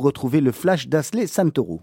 retrouvez le flash d'Asley Santoro.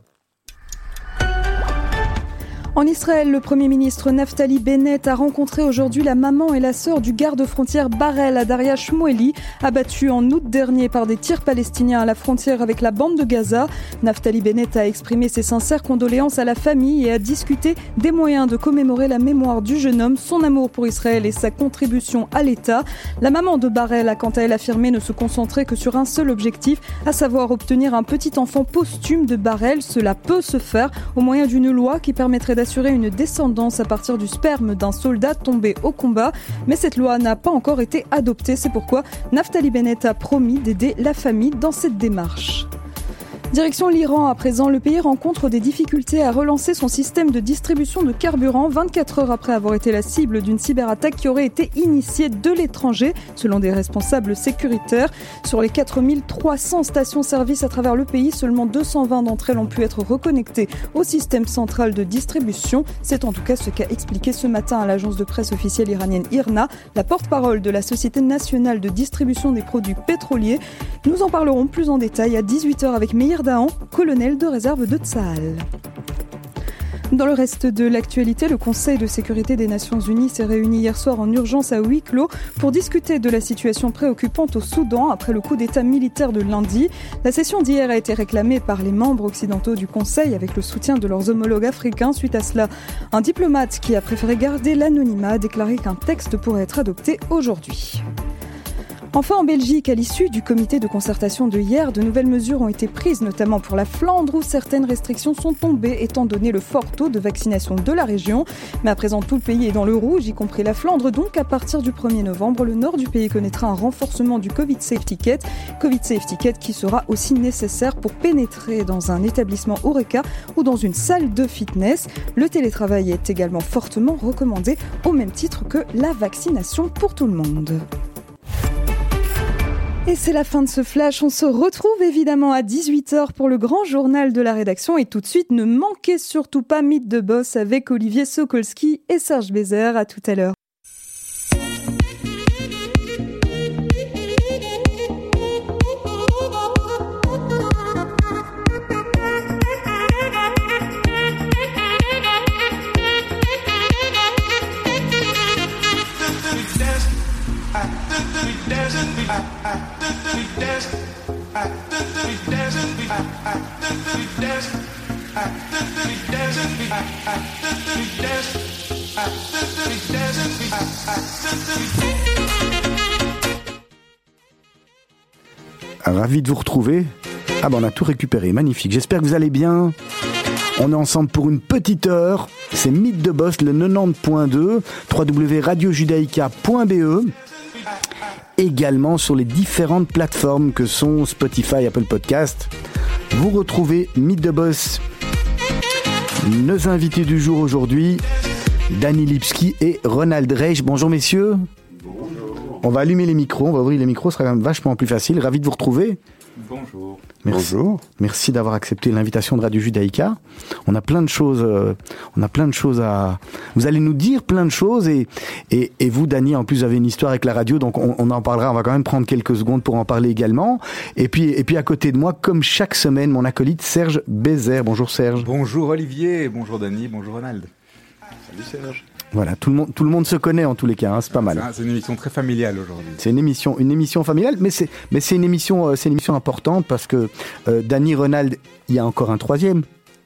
En Israël, le Premier ministre Naftali Bennett a rencontré aujourd'hui la maman et la sœur du garde-frontière Barel Adaria Shmueli, abattu en août dernier par des tirs palestiniens à la frontière avec la bande de Gaza. Naftali Bennett a exprimé ses sincères condoléances à la famille et a discuté des moyens de commémorer la mémoire du jeune homme, son amour pour Israël et sa contribution à l'État. La maman de Barel a quant à elle affirmé ne se concentrer que sur un seul objectif, à savoir obtenir un petit enfant posthume de Barel. Cela peut se faire au moyen d'une loi qui permettrait d'assurer une descendance à partir du sperme d'un soldat tombé au combat. Mais cette loi n'a pas encore été adoptée. C'est pourquoi Naftali Bennett a promis d'aider la famille dans cette démarche. Direction l'Iran, à présent, le pays rencontre des difficultés à relancer son système de distribution de carburant 24 heures après avoir été la cible d'une cyberattaque qui aurait été initiée de l'étranger, selon des responsables sécuritaires. Sur les 4300 stations-service à travers le pays, seulement 220 d'entre elles ont pu être reconnectées au système central de distribution. C'est en tout cas ce qu'a expliqué ce matin à l'agence de presse officielle iranienne IRNA, la porte-parole de la Société nationale de distribution des produits pétroliers. Nous en parlerons plus en détail à 18h avec Meir Dahan, colonel de réserve de Tsahal. Dans le reste de l'actualité, le Conseil de sécurité des Nations Unies s'est réuni hier soir en urgence à huis clos pour discuter de la situation préoccupante au Soudan après le coup d'État militaire de lundi. La session d'hier a été réclamée par les membres occidentaux du Conseil avec le soutien de leurs homologues africains. Suite à cela, un diplomate qui a préféré garder l'anonymat a déclaré qu'un texte pourrait être adopté aujourd'hui. Enfin, en Belgique, à l'issue du comité de concertation de hier, de nouvelles mesures ont été prises, notamment pour la Flandre, où certaines restrictions sont tombées, étant donné le fort taux de vaccination de la région. Mais à présent, tout le pays est dans le rouge, y compris la Flandre. Donc, à partir du 1er novembre, le nord du pays connaîtra un renforcement du Covid Safety Kit qui sera aussi nécessaire pour pénétrer dans un établissement Horeca ou dans une salle de fitness. Le télétravail est également fortement recommandé, au même titre que la vaccination pour tout le monde. Et c'est la fin de ce flash. On se retrouve évidemment à 18h pour le grand journal de la rédaction. Et tout de suite, ne manquez surtout pas Mythe de Boss avec Olivier Sokolski et Serge Bézère. À tout à l'heure. Ravi de vous retrouver. On a tout récupéré, magnifique. J'espère que vous allez bien. On est ensemble pour une petite heure. C'est Mythe de Boss, le 90.2, www.radiojudaïka.be. Également sur les différentes plateformes que sont Spotify, Apple Podcast. Vous retrouvez Mythe de Boss. Nos invités du jour aujourd'hui, Danny Lipski et Ronald Reich. Bonjour messieurs. On va allumer les micros, on va ouvrir les micros, ce sera quand même vachement plus facile. Ravi de vous retrouver. Bonjour. Merci. Bonjour. Merci d'avoir accepté l'invitation de Radio Judaïka. On a plein de choses à... Vous allez nous dire plein de choses et vous, Dany, en plus, vous avez une histoire avec la radio, donc on en parlera. On va quand même prendre quelques secondes pour en parler également. Et puis à côté de moi, comme chaque semaine, mon acolyte Serge Bézère. Bonjour Serge. Bonjour Olivier, bonjour Dany, bonjour Ronald. Salut Serge. Voilà, tout le monde se connaît en tous les cas, hein, c'est pas mal. C'est une émission très familiale aujourd'hui. C'est une émission familiale, mais c'est une émission importante parce que Dany, Ronald, il y a encore un troisième.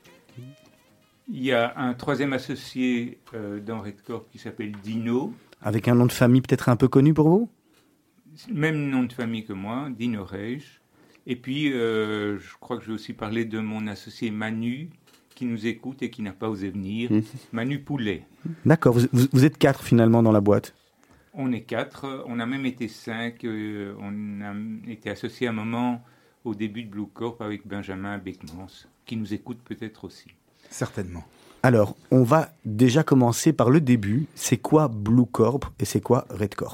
Il y a un troisième associé dans Red Corp qui s'appelle Dino. Avec un nom de famille peut-être un peu connu pour vous ? Même nom de famille que moi, Dino Reich. Et puis, je crois que je vais aussi parler de mon associé Manu, qui nous écoute et qui n'a pas osé venir, Manu Poulet. D'accord, vous êtes 4 finalement dans la boîte. On est 4, on a même été 5, on a été associés à un moment au début de Blue Corp avec Benjamin Beckmans, qui nous écoute peut-être aussi. Certainement. Alors, on va déjà commencer par le début. C'est quoi Blue Corp et c'est quoi Red Corp ?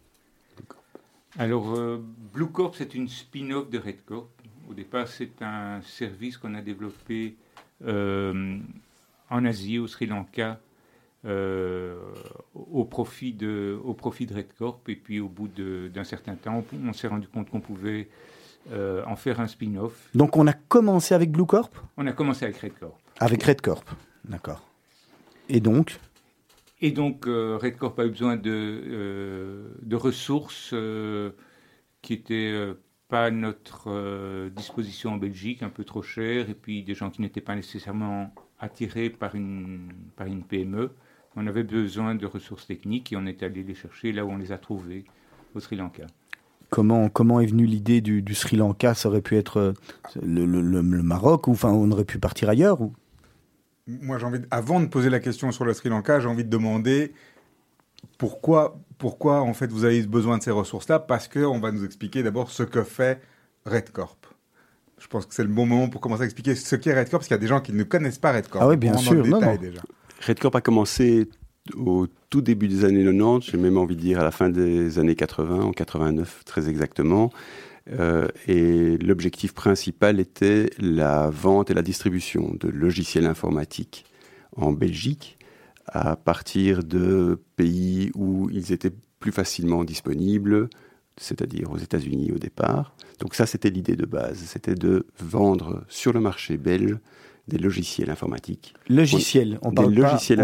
Alors, Blue Corp, c'est une spin-off de Red Corp. Au départ, c'est un service qu'on a développé en Asie, au Sri Lanka, au profit de Red Corp. Et puis au bout d'un certain temps, on s'est rendu compte qu'on pouvait en faire un spin-off. Donc on a commencé avec Blue Corp ? On a commencé avec Red Corp. Avec Red Corp, d'accord. Et donc Red Corp a eu besoin de ressources qui étaient pas à notre disposition en Belgique, un peu trop chères, et puis des gens qui n'étaient pas nécessairement attirés par une PME. On avait besoin de ressources techniques et on est allé les chercher là où on les a trouvées, au Sri Lanka. Comment est venue l'idée du Sri Lanka ? Ça aurait pu être le Maroc, ou enfin on aurait pu partir ailleurs ou... Moi, avant de poser la question sur le Sri Lanka, j'ai envie de demander pourquoi en fait vous avez besoin de ces ressources-là, parce qu'on va nous expliquer d'abord ce que fait Red Corp. Je pense que c'est le bon moment pour commencer à expliquer ce qu'est Red Corp, parce qu'il y a des gens qui ne connaissent pas Red Corp. Ah oui, bien sûr. Déjà. Red Corp a commencé au tout début des années 90, j'ai même envie de dire à la fin des années 80, en 89 très exactement. Et l'objectif principal était la vente et la distribution de logiciels informatiques en Belgique à partir de pays où ils étaient plus facilement disponibles, c'est-à-dire aux États-Unis au départ. Donc ça, c'était l'idée de base, c'était de vendre sur le marché belge des logiciels informatiques. Logiciels, on parle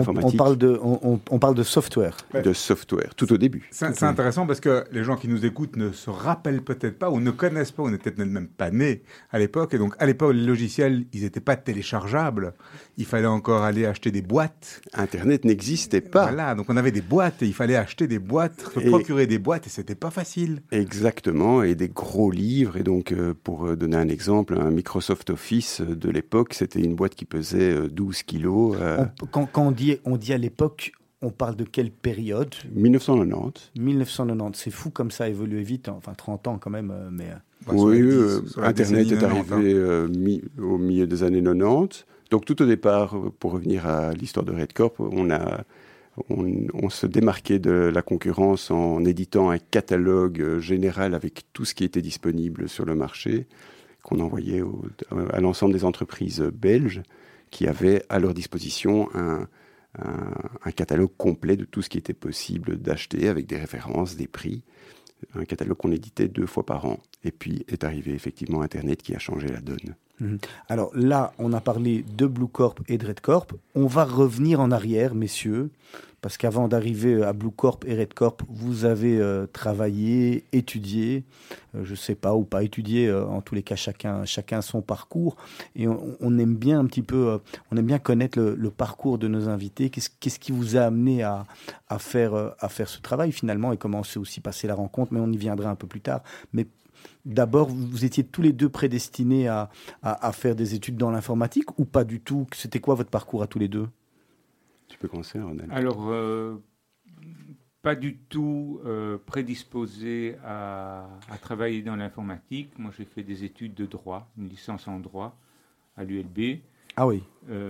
de software. Ouais. De software, tout au début. C'est intéressant parce que les gens qui nous écoutent ne se rappellent peut-être pas ou ne connaissent pas, ou n'étaient peut-être même pas nés à l'époque. Et donc, à l'époque, les logiciels, ils n'étaient pas téléchargeables. Il fallait encore aller acheter des boîtes. Internet n'existait pas. Voilà, donc on avait des boîtes et il fallait acheter des boîtes, se procurer des boîtes et c'était pas facile. Exactement, et des gros livres. Et donc, pour donner un exemple, un Microsoft Office de l'époque, c'était une boîte qui pesait 12 kilos. Quand on dit à l'époque, on parle de quelle période ? 1990. 1990, c'est fou comme ça a évolué vite, enfin 30 ans quand même, mais... Oui, Internet est arrivé au milieu des années 90. Donc tout au départ, pour revenir à l'histoire de Red Corp, on se démarquait de la concurrence en éditant un catalogue général avec tout ce qui était disponible sur le marché, qu'on envoyait à l'ensemble des entreprises belges qui avaient à leur disposition un catalogue complet de tout ce qui était possible d'acheter avec des références, des prix, un catalogue qu'on éditait 2 fois par an. Et puis est arrivé effectivement Internet qui a changé la donne. Alors là, on a parlé de Blue Corp et de Red Corp. On va revenir en arrière, messieurs, parce qu'avant d'arriver à Blue Corp et Red Corp, vous avez travaillé, étudié, je ne sais pas, ou pas étudié, en tous les cas, chacun son parcours. Et on aime bien un petit peu, on aime bien connaître le parcours de nos invités. Qu'est-ce qui vous a amené à faire ce travail finalement, et comment s'est aussi passée la rencontre, mais on y viendra un peu plus tard. Mais d'abord, vous étiez tous les deux prédestinés à faire des études dans l'informatique ou pas du tout ? C'était quoi votre parcours à tous les deux ? Tu peux commencer, Ronald. Alors, pas du tout prédisposé à travailler dans l'informatique. Moi, j'ai fait des études de droit, une licence en droit à l'ULB. Ah oui.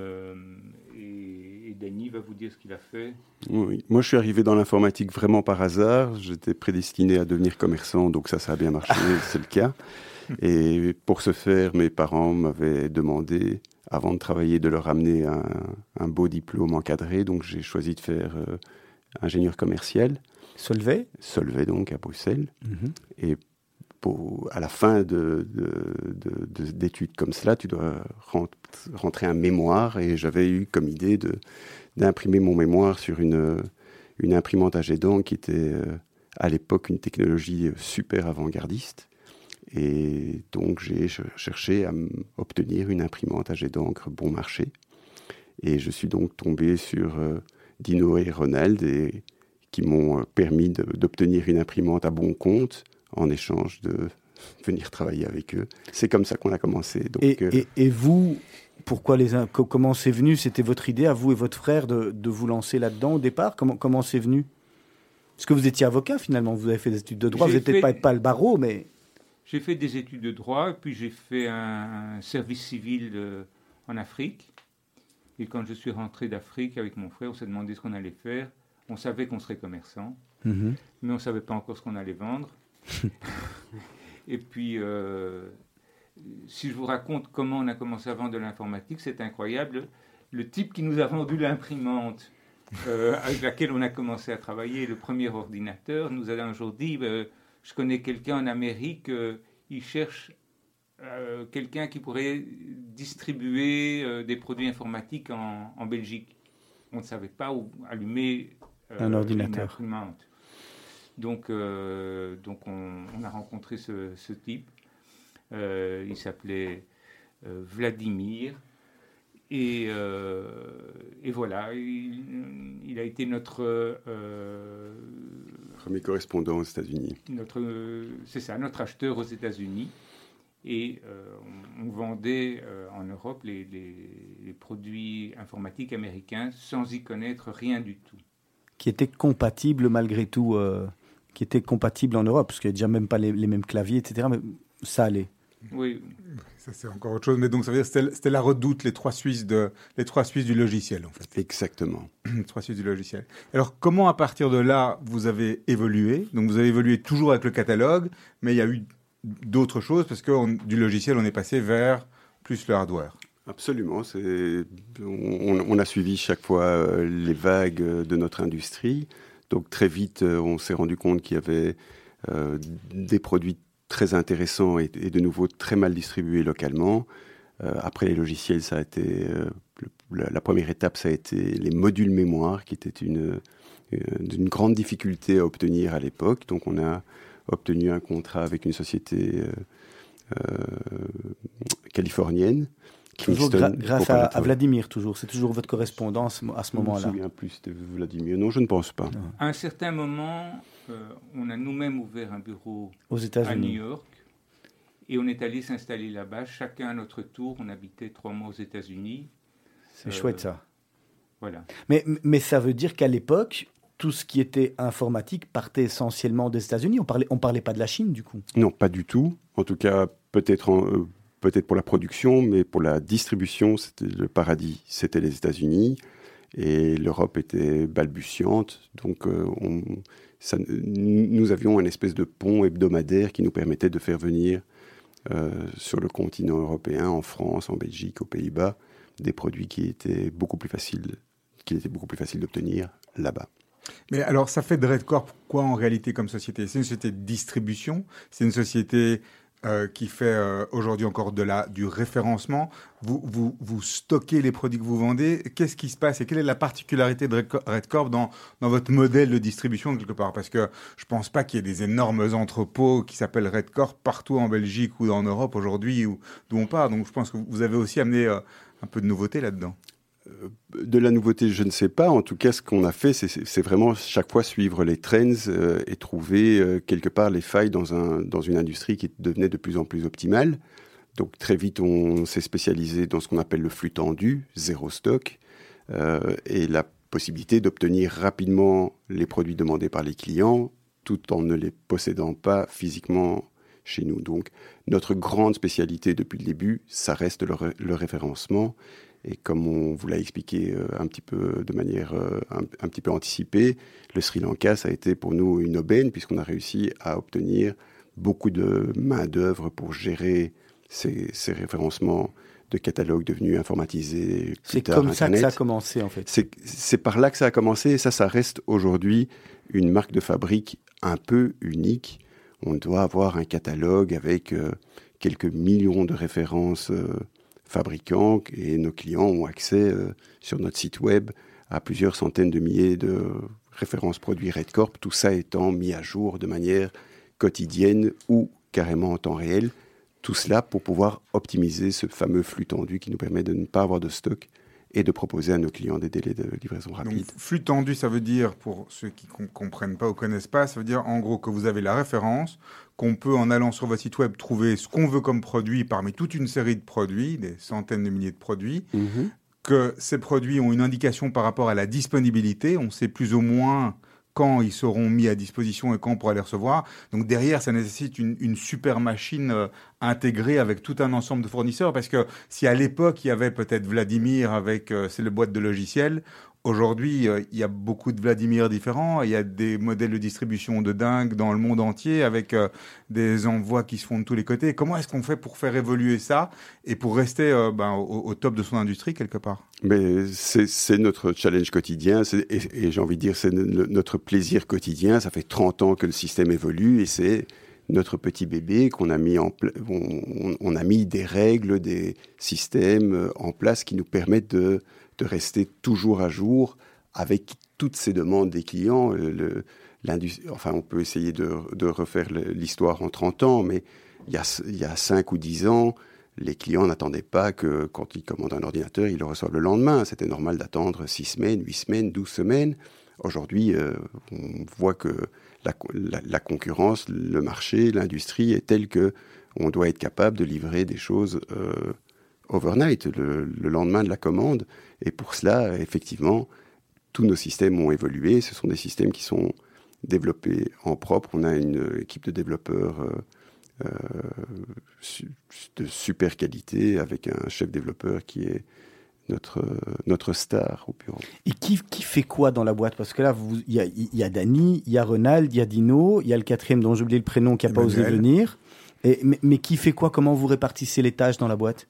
Et Danny va vous dire ce qu'il a fait. Oui. Moi, je suis arrivé dans l'informatique vraiment par hasard. J'étais prédestiné à devenir commerçant, donc ça a bien marché, c'est le cas. Et pour ce faire, mes parents m'avaient demandé, avant de travailler, de leur amener un beau diplôme encadré. Donc, j'ai choisi de faire ingénieur commercial. Solvay, donc, à Bruxelles. Et à la fin d'études comme cela, tu dois rentrer un mémoire, et j'avais eu comme idée d'imprimer mon mémoire sur une imprimante à jet d'encre qui était à l'époque une technologie super avant-gardiste. Et donc j'ai cherché à obtenir une imprimante à jet d'encre bon marché. Et je suis donc tombé sur Dino et Ronald, qui m'ont permis d'obtenir une imprimante à bon compte, en échange de venir travailler avec eux. C'est comme ça qu'on a commencé. Donc, et vous, comment c'est venu ? C'était votre idée, à vous et votre frère, de vous lancer là-dedans au départ ? Comment c'est venu ? Parce que vous étiez avocat finalement, vous avez fait des études de droit, vous n'êtes peut-être pas le barreau, mais... J'ai fait des études de droit, puis j'ai fait un service civil en Afrique. Et quand je suis rentré d'Afrique avec mon frère, on s'est demandé ce qu'on allait faire. On savait qu'on serait commerçant, mais on ne savait pas encore ce qu'on allait vendre. Et puis, si je vous raconte comment on a commencé à vendre de l'informatique, c'est incroyable. Le type qui nous a vendu l'imprimante avec laquelle on a commencé à travailler, le premier ordinateur, nous a un jour dit je connais quelqu'un en Amérique, il cherche quelqu'un qui pourrait distribuer des produits informatiques en Belgique. On ne savait pas où allumer un ordinateur. Une imprimante. Donc on a rencontré ce type. Il s'appelait Vladimir. Et voilà, il a été notre... premier correspondant aux États-Unis. Notre acheteur aux États-Unis. Et on vendait en Europe les produits informatiques américains sans y connaître rien du tout. Qui étaient compatibles malgré tout, qui étaient compatibles en Europe, parce qu'il n'y a déjà même pas les mêmes claviers, etc. Mais ça allait. Oui. Ça, c'est encore autre chose. Mais donc, ça veut dire que c'était la redoute, les trois Suisses du logiciel, en fait. Exactement. Les trois Suisses du logiciel. Alors, comment, à partir de là, vous avez évolué ? Donc, vous avez évolué toujours avec le catalogue, mais il y a eu d'autres choses, parce que du logiciel, on est passé vers plus le hardware. Absolument. On a suivi chaque fois les vagues de notre industrie. Donc, très vite, on s'est rendu compte qu'il y avait des produits très intéressant et de nouveau très mal distribué localement. Après les logiciels, ça a été la première étape, ça a été les modules mémoire, qui était une grande difficulté à obtenir à l'époque. Donc on a obtenu un contrat avec une société californienne. Toujours grâce à Vladimir, toujours. C'est toujours votre correspondance à ce moment-là. Je me souviens plus de Vladimir. Non, je ne pense pas. Non. À un certain moment, on a nous-mêmes ouvert un bureau aux États-Unis, à New York, et on est allé s'installer là-bas. Chacun à notre tour. On habitait 3 mois aux États-Unis. C'est chouette, ça. Voilà. Mais ça veut dire qu'à l'époque, tout ce qui était informatique partait essentiellement des États-Unis. On parlait pas de la Chine, du coup. Non, pas du tout. En tout cas, peut-être pour la production, mais pour la distribution, c'était le paradis. C'était les États-Unis et l'Europe était balbutiante. Donc, nous avions une espèce de pont hebdomadaire qui nous permettait de faire venir sur le continent européen, en France, en Belgique, aux Pays-Bas, des produits qui étaient beaucoup plus faciles d'obtenir là-bas. Mais alors, ça fait de Redcorp quoi en réalité comme société ? C'est une société de distribution, c'est une société qui fait aujourd'hui encore du référencement. Vous stockez les produits que vous vendez. Qu'est-ce qui se passe et quelle est la particularité de Redcorp dans votre modèle de distribution quelque part ? Parce que je ne pense pas qu'il y ait des énormes entrepôts qui s'appellent Redcorp partout en Belgique ou en Europe aujourd'hui d'où on part. Donc je pense que vous avez aussi amené un peu de nouveauté là-dedans. De la nouveauté, je ne sais pas. En tout cas, ce qu'on a fait, c'est vraiment chaque fois suivre les trends et trouver quelque part les failles dans une industrie qui devenait de plus en plus optimale. Donc très vite, on s'est spécialisé dans ce qu'on appelle le flux tendu, zéro stock, et la possibilité d'obtenir rapidement les produits demandés par les clients tout en ne les possédant pas physiquement chez nous. Donc notre grande spécialité depuis le début, ça reste le référencement. Et comme on vous l'a expliqué un petit peu de manière un petit peu anticipée, le Sri Lanka, ça a été pour nous une aubaine puisqu'on a réussi à obtenir beaucoup de main-d'œuvre pour gérer ces référencements de catalogues devenus informatisés. C'est comme ça que ça a commencé en fait. C'est par là que ça a commencé et ça reste aujourd'hui une marque de fabrique un peu unique. On doit avoir un catalogue avec quelques millions de références fabricants et nos clients ont accès sur notre site web à plusieurs centaines de milliers de références produits Redcorp, tout ça étant mis à jour de manière quotidienne ou carrément en temps réel. Tout cela pour pouvoir optimiser ce fameux flux tendu qui nous permet de ne pas avoir de stock et de proposer à nos clients des délais de livraison rapides. Donc, flux tendu, ça veut dire, pour ceux qui ne comprennent pas ou ne connaissent pas, ça veut dire en gros que vous avez la référence, qu'on peut, en allant sur votre site web, trouver ce qu'on veut comme produit parmi toute une série de produits, des centaines de milliers de produits, que ces produits ont une indication par rapport à la disponibilité, on sait plus ou moins quand ils seront mis à disposition et quand on pourra les recevoir. Donc derrière, ça nécessite une super machine intégrée avec tout un ensemble de fournisseurs, parce que si à l'époque, il y avait peut-être Vladimir avec c'est le boîte de logiciels, aujourd'hui, il y a beaucoup de Vladimir différents, il y a des modèles de distribution de dingue dans le monde entier avec des envois qui se font de tous les côtés. Comment est-ce qu'on fait pour faire évoluer ça et pour rester au top de son industrie quelque part ? Mais c'est notre challenge quotidien et j'ai envie de dire c'est notre plaisir quotidien. Ça fait 30 ans que le système évolue et c'est notre petit bébé, qu'on a mis on a mis des règles, des systèmes en place qui nous permettent de rester toujours à jour avec toutes ces demandes des clients. On peut essayer de refaire l'histoire en 30 ans, mais il y a 5 ou 10 ans, les clients n'attendaient pas que quand ils commandent un ordinateur, ils le reçoivent le lendemain. C'était normal d'attendre 6 semaines, 8 semaines, 12 semaines. Aujourd'hui, on voit que la concurrence, le marché, l'industrie est telle qu'on doit être capable de livrer des choses overnight, le lendemain de la commande. Et pour cela, effectivement, tous nos systèmes ont évolué. Ce sont des systèmes qui sont développés en propre. On a une équipe de développeurs de super qualité avec un chef développeur qui est notre star au bureau. Et qui fait quoi dans la boîte? Parce que là, il y a Dany, il y a Ronald, il y a Dino, il y a le 4e dont j'ai oublié le prénom qui n'a pas osé venir. Mais qui fait quoi? Comment vous répartissez les tâches dans la boîte?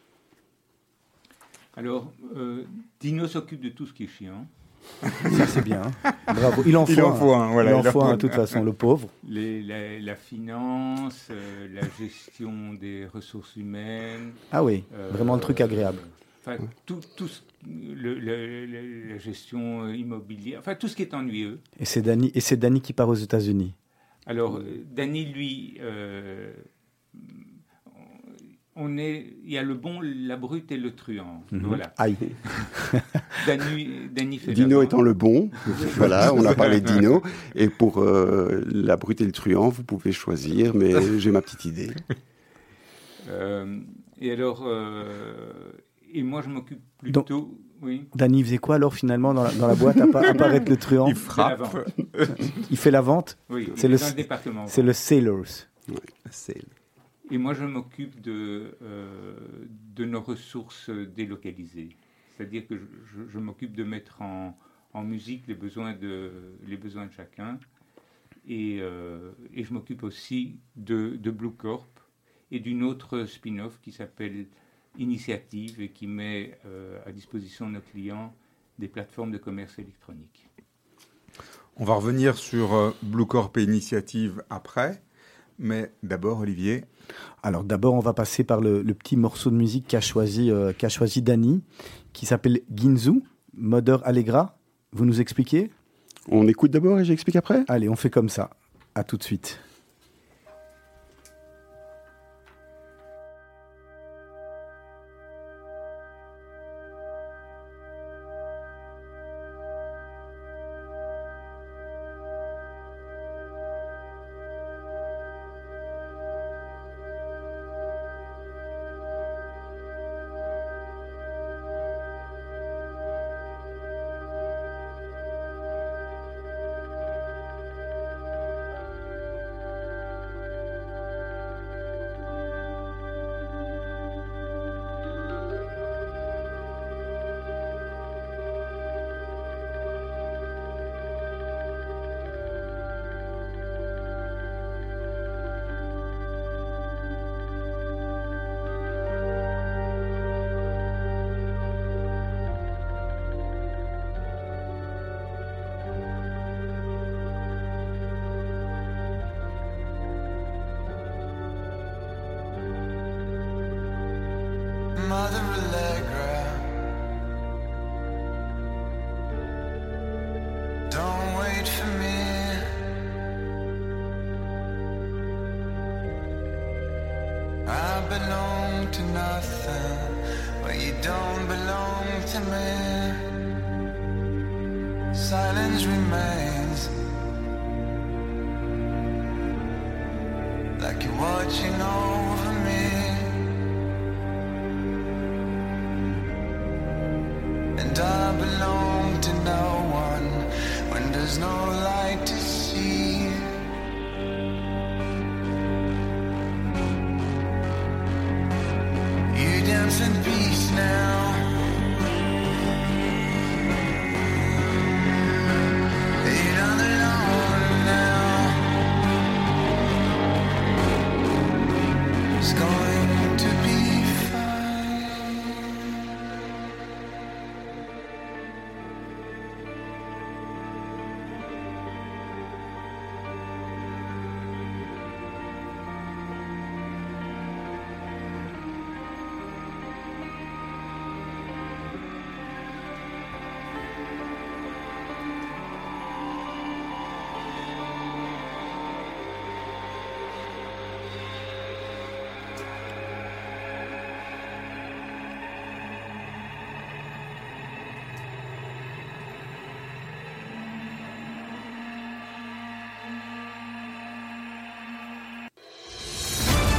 Alors, Dino s'occupe de tout ce qui est chiant. Ça, c'est bien. Bravo. Il en faut un. Voilà, il en faut un, de toute façon, le pauvre. La finance, la gestion des ressources humaines. Ah oui, vraiment le truc agréable. Enfin, la gestion immobilière, enfin tout ce qui est ennuyeux. Et c'est Dany qui part aux États-Unis. Alors, Dany, lui, il y a le bon, la brute et le truand. Voilà. Aïe. Dany fait Dino étant le bon, voilà, on a parlé de Dino. Et pour la brute et le truand, vous pouvez choisir, mais j'ai ma petite idée. Et alors, et moi je m'occupe plutôt. Donc, oui. Dany faisait quoi alors finalement dans la boîte, à part être le truand? Il frappe. Il fait la vente. Oui, c'est dans le département. C'est le sales. Ouais. Et moi, je m'occupe de nos ressources délocalisées. C'est-à-dire que je m'occupe de mettre en musique les besoins de chacun. Et je m'occupe aussi de Blue Corp et d'une autre spin-off qui s'appelle Initiative et qui met à disposition de nos clients des plateformes de commerce électronique. On va revenir sur Blue Corp et Initiative après. Mais d'abord, Olivier. Alors d'abord, on va passer par le petit morceau de musique qu'a choisi Dany, qui s'appelle Ginzu, Mother Allegra. Vous nous expliquez? On écoute d'abord et j'explique après. Allez, on fait comme ça. À tout de suite. Mother Allegra, don't wait for me. I belong to nothing, but you don't belong to me. Silence remains, like you're watching over me. And I belong to no one when there's no light to see. You dance in peace now. You're not alone now. It's going to be fine.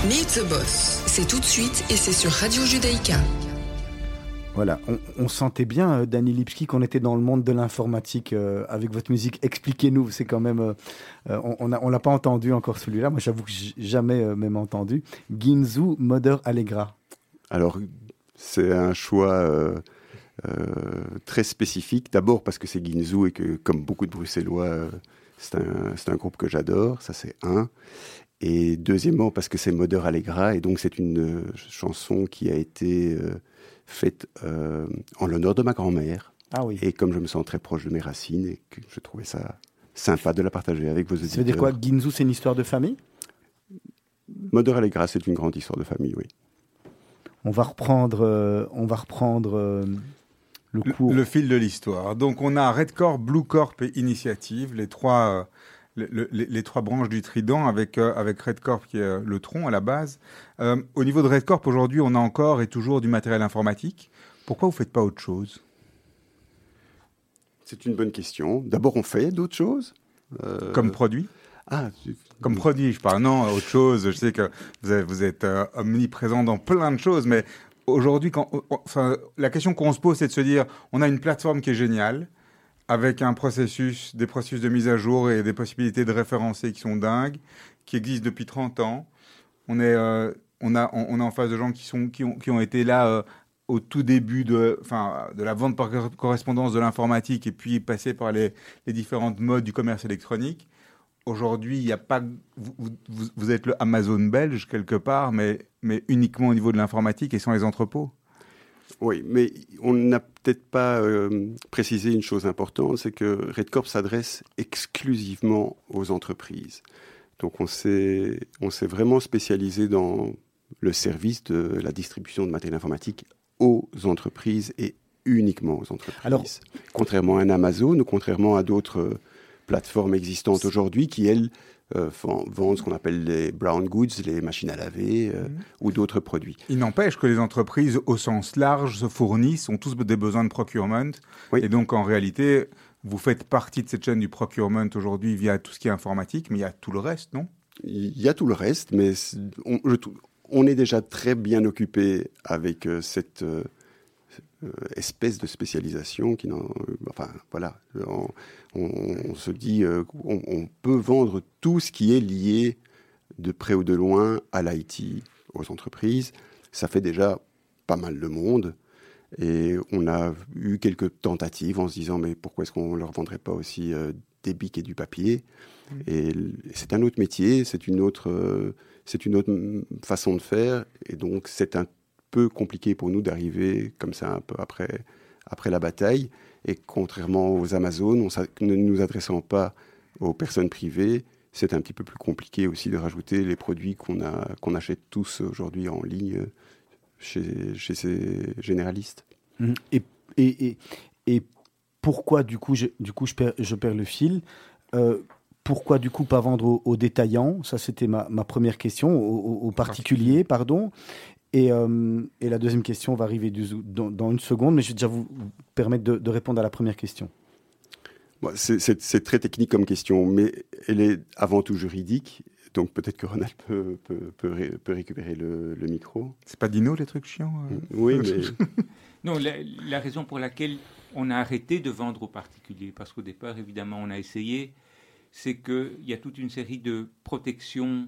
Meet the Boss, c'est tout de suite et c'est sur Radio Judaïka. Voilà, on sentait bien, Danny Lipski, qu'on était dans le monde de l'informatique avec votre musique. Expliquez-nous, c'est quand même... on l'a pas entendu encore celui-là, moi j'avoue que j'ai jamais même entendu. Ginzu Mother Allegra. Alors, c'est un choix très spécifique. D'abord parce que c'est Ginzu et que, comme beaucoup de Bruxellois, c'est un groupe que j'adore, ça c'est un. Et deuxièmement parce que c'est Mother Allegra, et donc c'est une chanson qui a été... faite en l'honneur de ma grand-mère. Ah oui. Et comme je me sens très proche de mes racines, et que je trouvais ça sympa de la partager avec vos auditeurs. Ça veut dire quoi, Ginzu, c'est une histoire de famille ? Mother Allegra, c'est une grande histoire de famille, oui. On va reprendre le cours. Le fil de l'histoire. Donc on a Red Corp, Blue Corp et Initiative, les trois branches du trident avec Red Corp qui est le tronc à la base. Au niveau de Red Corp, aujourd'hui, on a encore et toujours du matériel informatique. Pourquoi vous ne faites pas autre chose ? C'est une bonne question. D'abord, on fait d'autres choses. Comme produit ? Comme produit, je parle. Non, autre chose. Je sais que vous êtes omniprésent dans plein de choses, mais aujourd'hui, la question qu'on se pose, c'est de se dire, on a une plateforme qui est géniale, avec des processus de mise à jour et des possibilités de référencer qui sont dingues, qui existent depuis 30 ans. On est en face de gens qui ont été là au tout début de la vente par correspondance de l'informatique et puis passé par les différentes modes du commerce électronique. Aujourd'hui, il n'y a pas... Vous êtes le Amazon belge quelque part, mais uniquement au niveau de l'informatique et sans les entrepôts. Oui, mais on n'a peut-être pas précisé une chose importante, c'est que Red Corp s'adresse exclusivement aux entreprises. Donc on s'est vraiment spécialisé dans le service de la distribution de matériel informatique aux entreprises et uniquement aux entreprises. Alors, contrairement à un Amazon ou contrairement à d'autres plateformes existantes aujourd'hui qui, elles, vendent ce qu'on appelle les brown goods, les machines à laver ou d'autres produits. Il n'empêche que les entreprises, au sens large, se fournissent, ont tous des besoins de procurement. Oui. Et donc, en réalité, vous faites partie de cette chaîne du procurement aujourd'hui via tout ce qui est informatique, mais il y a tout le reste, non ? Il y a tout le reste, mais on est déjà très bien occupé avec cette espèce de spécialisation qui on se dit on peut vendre tout ce qui est lié de près ou de loin à l'IT aux entreprises. Ça fait déjà pas mal de monde et on a eu quelques tentatives en se disant mais pourquoi est-ce qu'on leur vendrait pas aussi des bics et du papier ? Et c'est un autre métier, c'est une autre façon de faire et donc c'est un peu compliqué pour nous d'arriver comme ça un peu après la bataille. Et contrairement aux Amazon, ne nous adressant pas aux personnes privées, c'est un petit peu plus compliqué aussi de rajouter les produits qu'on achète tous aujourd'hui en ligne chez ces généralistes. Et pourquoi du coup je perds le fil pourquoi du coup pas vendre aux détaillants ? Ça c'était ma première question, aux particuliers, pardon. Et la deuxième question va arriver dans une seconde, mais je vais déjà vous permettre de répondre à la première question. Bon, c'est très technique comme question, mais elle est avant tout juridique, donc peut-être que Ronald peut récupérer le micro. C'est pas Dino les trucs chiants Oui, mais... Non, la raison pour laquelle on a arrêté de vendre aux particuliers, parce qu'au départ, évidemment, on a essayé, c'est qu'il y a toute une série de protections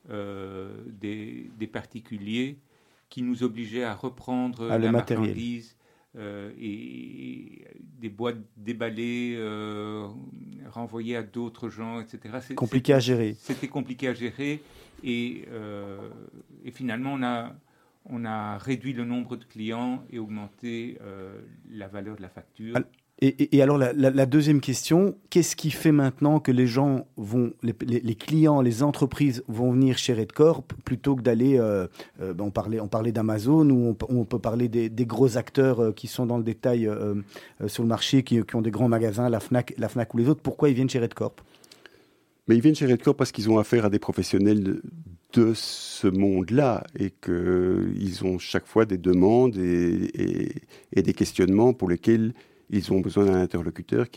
des particuliers qui nous obligeait à reprendre la marchandise et des boîtes déballées, renvoyées à d'autres gens, etc. Compliqué à gérer. C'était compliqué à gérer et finalement on a réduit le nombre de clients et augmenté la valeur de la facture. Et alors la deuxième question, qu'est-ce qui fait maintenant que les gens les clients, les entreprises vont venir chez Red Corp plutôt que d'aller, on parlait d'Amazon ou on peut parler des gros acteurs qui sont dans le détail sur le marché, qui ont des grands magasins, la Fnac ou les autres. Pourquoi ils viennent chez Red Corp ? Mais ils viennent chez Red Corp parce qu'ils ont affaire à des professionnels de ce monde-là et qu'ils ont chaque fois des demandes et des questionnements pour lesquels ils ont besoin d'un interlocuteur qui est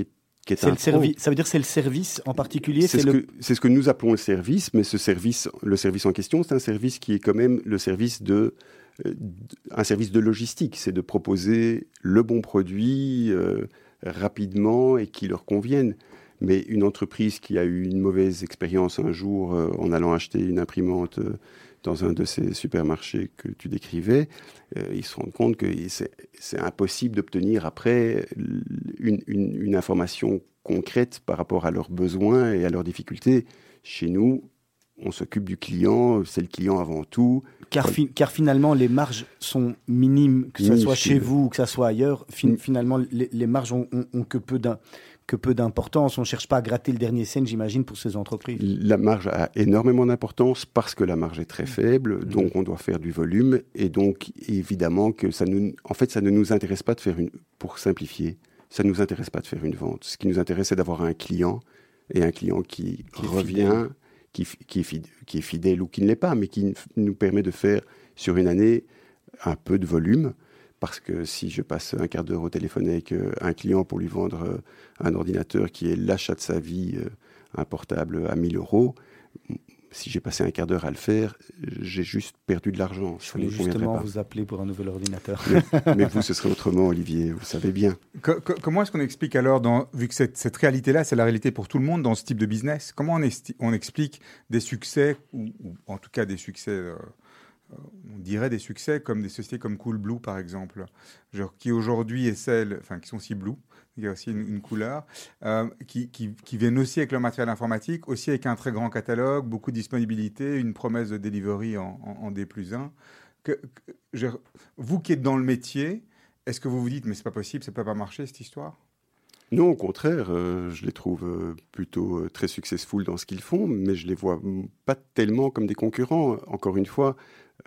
qui est un pro. Ça veut dire que c'est le service en particulier. C'est ce que nous appelons le service, mais le service en question, c'est un service qui est quand même le service un service de logistique. C'est de proposer le bon produit rapidement et qui leur convienne. Mais une entreprise qui a eu une mauvaise expérience un jour en allant acheter une imprimante dans un de ces supermarchés que tu décrivais, ils se rendent compte que c'est impossible d'obtenir après une information concrète par rapport à leurs besoins et à leurs difficultés. Chez nous, on s'occupe du client, c'est le client avant tout. Car finalement, les marges sont minimes, que ce soit chez vous ou que ce soit ailleurs. Finalement, les marges ont que peu d'importance. On ne cherche pas à gratter le dernier cent, j'imagine, pour ces entreprises. La marge a énormément d'importance parce que la marge est très faible, donc on doit faire du volume. Et donc, évidemment, que ça ne nous intéresse pas de faire pour simplifier, ça ne nous intéresse pas de faire une vente. Ce qui nous intéresse, c'est d'avoir un client, et un client qui revient, qui est fidèle ou qui ne l'est pas, mais qui nous permet de faire, sur une année, un peu de volume. Parce que si je passe un quart d'heure au téléphone avec un client pour lui vendre un ordinateur qui est l'achat de sa vie, un portable à 1 000 €, si j'ai passé un quart d'heure à le faire, j'ai juste perdu de l'argent. Je voulais justement vous appeler pour un nouvel ordinateur. Mais vous, ce serait autrement, Olivier, vous savez bien. Comment est-ce qu'on explique alors, vu que cette réalité-là, c'est la réalité pour tout le monde dans ce type de business, comment on explique des succès, ou en tout cas des succès... on dirait des succès comme des sociétés comme Coolblue, par exemple, qui aujourd'hui qui sont si blue, il y a aussi une couleur, qui viennent aussi avec leur matériel informatique, aussi avec un très grand catalogue, beaucoup de disponibilité, une promesse de delivery en D+1. Vous qui êtes dans le métier, est-ce que vous vous dites, mais c'est pas possible, ça peut pas marcher cette histoire ? Non, au contraire, je les trouve plutôt très successful dans ce qu'ils font, mais je les vois pas tellement comme des concurrents. Encore une fois,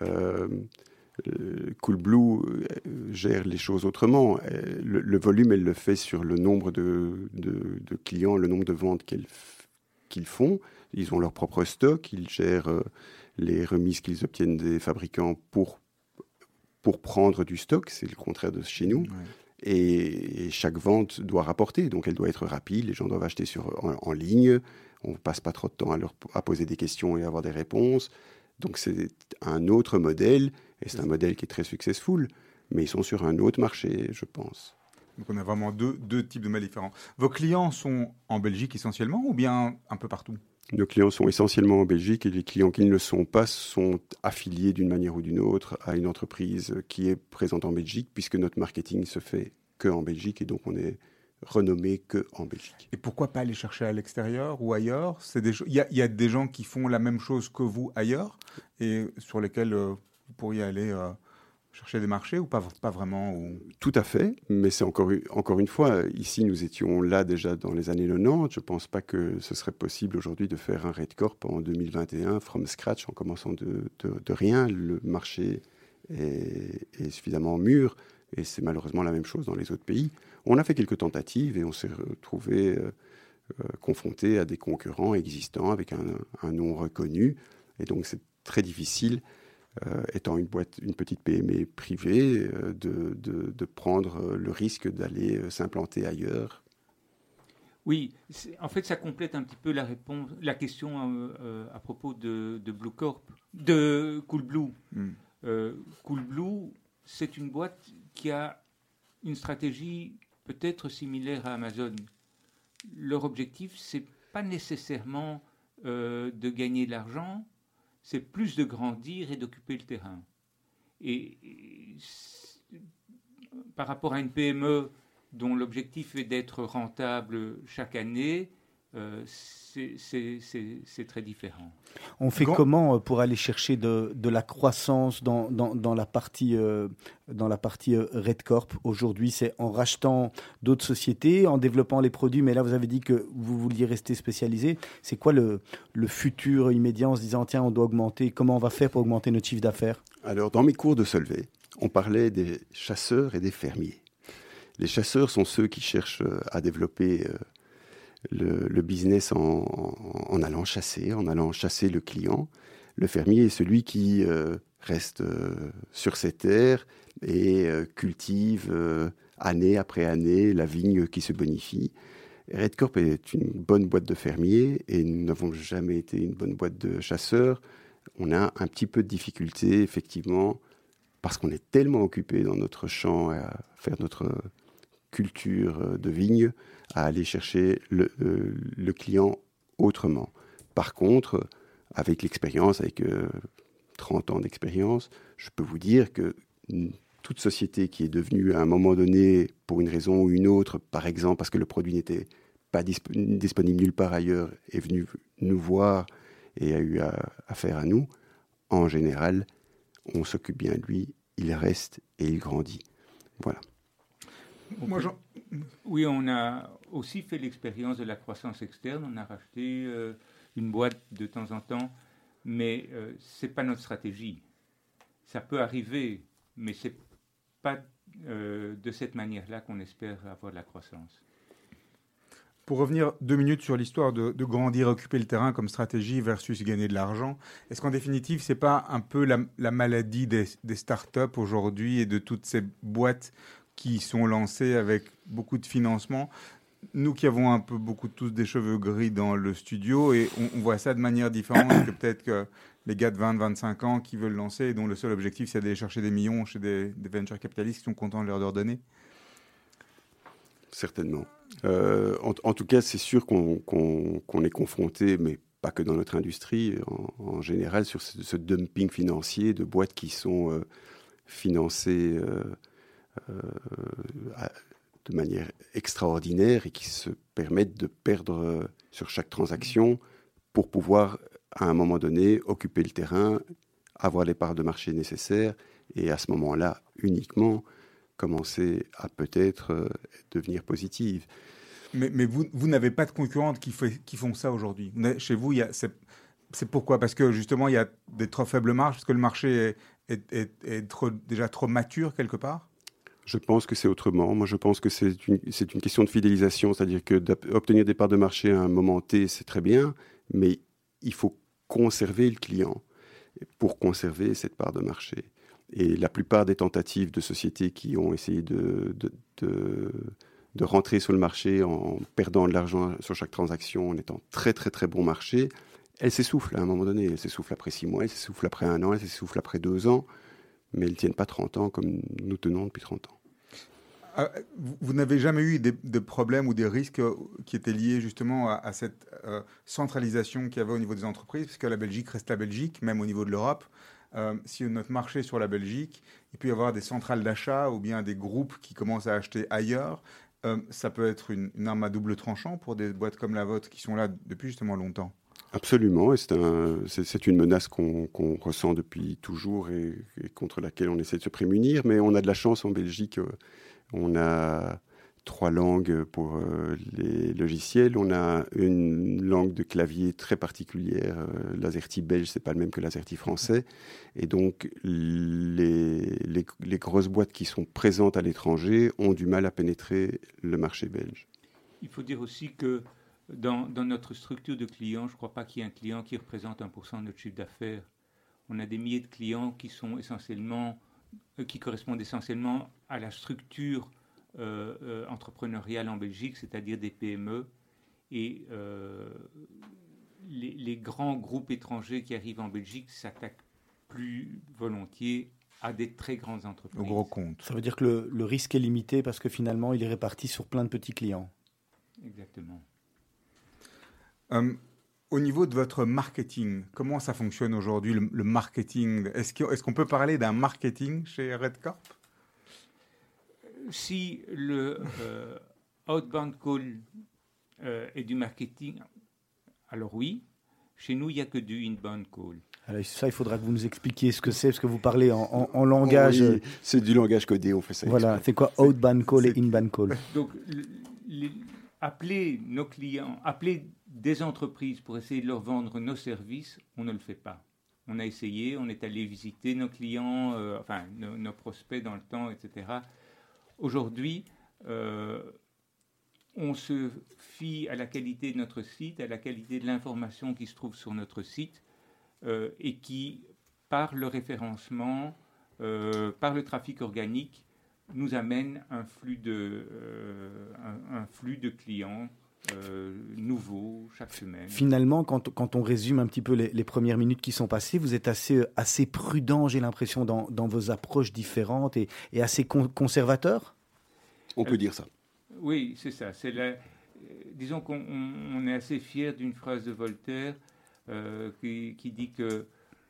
Coolblue gère les choses autrement. Le volume, elle le fait sur le nombre de clients, le nombre de ventes qu'ils font. Ils ont leur propre stock, ils gèrent les remises qu'ils obtiennent des fabricants pour prendre du stock. C'est le contraire de chez nous. Ouais. Et chaque vente doit rapporter, donc elle doit être rapide, les gens doivent acheter en ligne, on ne passe pas trop de temps à poser des questions et avoir des réponses. Donc c'est un autre modèle, et c'est un modèle qui est très successful, mais ils sont sur un autre marché, je pense. Donc on a vraiment deux types de modèles différents. Vos clients sont en Belgique essentiellement, ou bien un peu partout ? Nos clients sont essentiellement en Belgique, et les clients qui ne le sont pas sont affiliés d'une manière ou d'une autre à une entreprise qui est présente en Belgique, puisque notre marketing se fait qu'en Belgique, et donc on est renommé qu'en Belgique. Et pourquoi pas aller chercher à l'extérieur ou ailleurs ? Il y a des gens qui font la même chose que vous ailleurs, et sur lesquels vous pourriez aller chercher des marchés, ou pas vraiment ou... Tout à fait, mais c'est encore une fois, ici nous étions là déjà dans les années 90, je ne pense pas que ce serait possible aujourd'hui de faire un Redcorp en 2021, from scratch, en commençant de rien. Le marché est suffisamment mûr, et c'est malheureusement la même chose dans les autres pays. On a fait quelques tentatives et on s'est retrouvé confronté à des concurrents existants avec un nom reconnu, et donc c'est très difficile, étant une petite PME privée, de prendre le risque d'aller s'implanter ailleurs. Oui, en fait, ça complète un petit peu la question à propos de Coolblue. Coolblue, c'est une boîte qui a une stratégie peut-être similaire à Amazon. Leur objectif, c'est pas nécessairement de gagner de l'argent, c'est plus de grandir et d'occuper le terrain. Et par rapport à une PME dont l'objectif est d'être rentable chaque année, c'est très différent. On fait comment pour aller chercher de la croissance dans la partie Redcorp aujourd'hui? C'est en rachetant d'autres sociétés, en développant les produits, mais là vous avez dit que vous vouliez rester spécialisé. C'est quoi le futur immédiat en se disant tiens, on doit augmenter, comment on va faire pour augmenter notre chiffre d'affaires? Alors dans mes cours de Solvay, on parlait des chasseurs et des fermiers. Les chasseurs sont ceux qui cherchent à développer le business en allant chasser le client. Le fermier est celui qui reste sur ses terres et cultive année après année la vigne qui se bonifie. Redcorp est une bonne boîte de fermiers et nous n'avons jamais été une bonne boîte de chasseurs. On a un petit peu de difficulté, effectivement, parce qu'on est tellement occupé dans notre champ à faire notre culture de vigne, à aller chercher le client autrement. Par contre, avec l'expérience, avec 30 ans d'expérience, je peux vous dire que toute société qui est devenue à un moment donné, pour une raison ou une autre, par exemple parce que le produit n'était pas disponible nulle part ailleurs, est venue nous voir et a eu affaire à nous, en général, on s'occupe bien de lui, il reste et il grandit. Voilà. Oui, on a aussi fait l'expérience de la croissance externe. On a racheté une boîte de temps en temps, mais ce n'est pas notre stratégie. Ça peut arriver, mais ce n'est pas de cette manière-là qu'on espère avoir de la croissance. Pour revenir 2 minutes sur l'histoire de grandir, occuper le terrain comme stratégie versus gagner de l'argent, est-ce qu'en définitive, ce n'est pas un peu la maladie des startups aujourd'hui et de toutes ces boîtes qui sont lancées avec beaucoup de financement? Nous qui avons un peu beaucoup tous des cheveux gris dans le studio, et on voit ça de manière différente que peut-être que les gars de 20-25 ans qui veulent lancer et dont le seul objectif c'est d'aller chercher des millions chez des venture capitalistes qui sont contents de leur donner. Certainement. En tout cas, c'est sûr qu'on est confronté, mais pas que dans notre industrie, en général, sur ce dumping financier de boîtes qui sont financées de manière extraordinaire et qui se permettent de perdre sur chaque transaction pour pouvoir, à un moment donné, occuper le terrain, avoir les parts de marché nécessaires et à ce moment-là, uniquement, commencer à peut-être devenir positive. Mais vous n'avez pas de concurrentes qui font ça aujourd'hui. Chez vous, c'est pourquoi? Parce que justement, il y a des trop faibles marges, parce que le marché est déjà trop mature quelque part? Je pense que c'est autrement. Moi, je pense que c'est une question de fidélisation, c'est-à-dire que d'obtenir des parts de marché à un moment T, c'est très bien, mais il faut conserver le client pour conserver cette part de marché. Et la plupart des tentatives de sociétés qui ont essayé de rentrer sur le marché en perdant de l'argent sur chaque transaction, en étant très très très bon marché, elles s'essoufflent à un moment donné. Elles s'essoufflent après 6 mois, elles s'essoufflent après 1 an, elles s'essoufflent après 2 ans, mais elles ne tiennent pas 30 ans comme nous tenons depuis 30 ans. Vous n'avez jamais eu de problèmes ou des risques qui étaient liés justement à cette centralisation qu'il y avait au niveau des entreprises, parce que la Belgique reste la Belgique, même au niveau de l'Europe. Si notre marché est sur la Belgique, il peut y avoir des centrales d'achat ou bien des groupes qui commencent à acheter ailleurs. Ça peut être une arme à double tranchant pour des boîtes comme la vôtre qui sont là depuis justement longtemps. Absolument, et c'est une menace qu'on ressent depuis toujours et contre laquelle on essaie de se prémunir, mais on a de la chance en Belgique. On a 3 langues pour les logiciels. On a une langue de clavier très particulière. L'AZERTY belge, c'est pas le même que l'AZERTY français. Et donc, les grosses boîtes qui sont présentes à l'étranger ont du mal à pénétrer le marché belge. Il faut dire aussi que dans notre structure de clients, je ne crois pas qu'il y ait un client qui représente 1% de notre chiffre d'affaires. On a des milliers de clients qui correspondent essentiellement à la structure entrepreneuriale en Belgique, c'est-à-dire des PME. Et les grands groupes étrangers qui arrivent en Belgique s'attaquent plus volontiers à des très grandes entreprises. Au gros compte. Ça veut dire que le risque est limité parce que finalement, il est réparti sur plein de petits clients. Exactement. Au niveau de votre marketing, comment ça fonctionne aujourd'hui, le marketing? Est-ce qu'on peut parler d'un marketing chez Redcorp? Si le outbound call est du marketing, alors oui. Chez nous, il n'y a que du inbound call. Alors ça, il faudra que vous nous expliquiez ce que c'est, parce que vous parlez en langage... Oui, c'est du langage codé, on fait ça. Voilà, c'est quoi outbound call et inbound call? Donc, appeler nos clients, appeler des entreprises pour essayer de leur vendre nos services, on ne le fait pas. On a essayé, on est allé visiter nos clients, nos prospects dans le temps, etc. Aujourd'hui, on se fie à la qualité de notre site, à la qualité de l'information qui se trouve sur notre site et qui, par le référencement, par le trafic organique, nous amène un flux de clients nouveaux chaque semaine. Finalement, quand on résume un petit peu les premières minutes qui sont passées, vous êtes assez prudent, j'ai l'impression, dans vos approches différentes et assez conservateur. On peut dire ça. Oui, c'est ça. Disons qu'on est assez fier d'une phrase de Voltaire qui dit que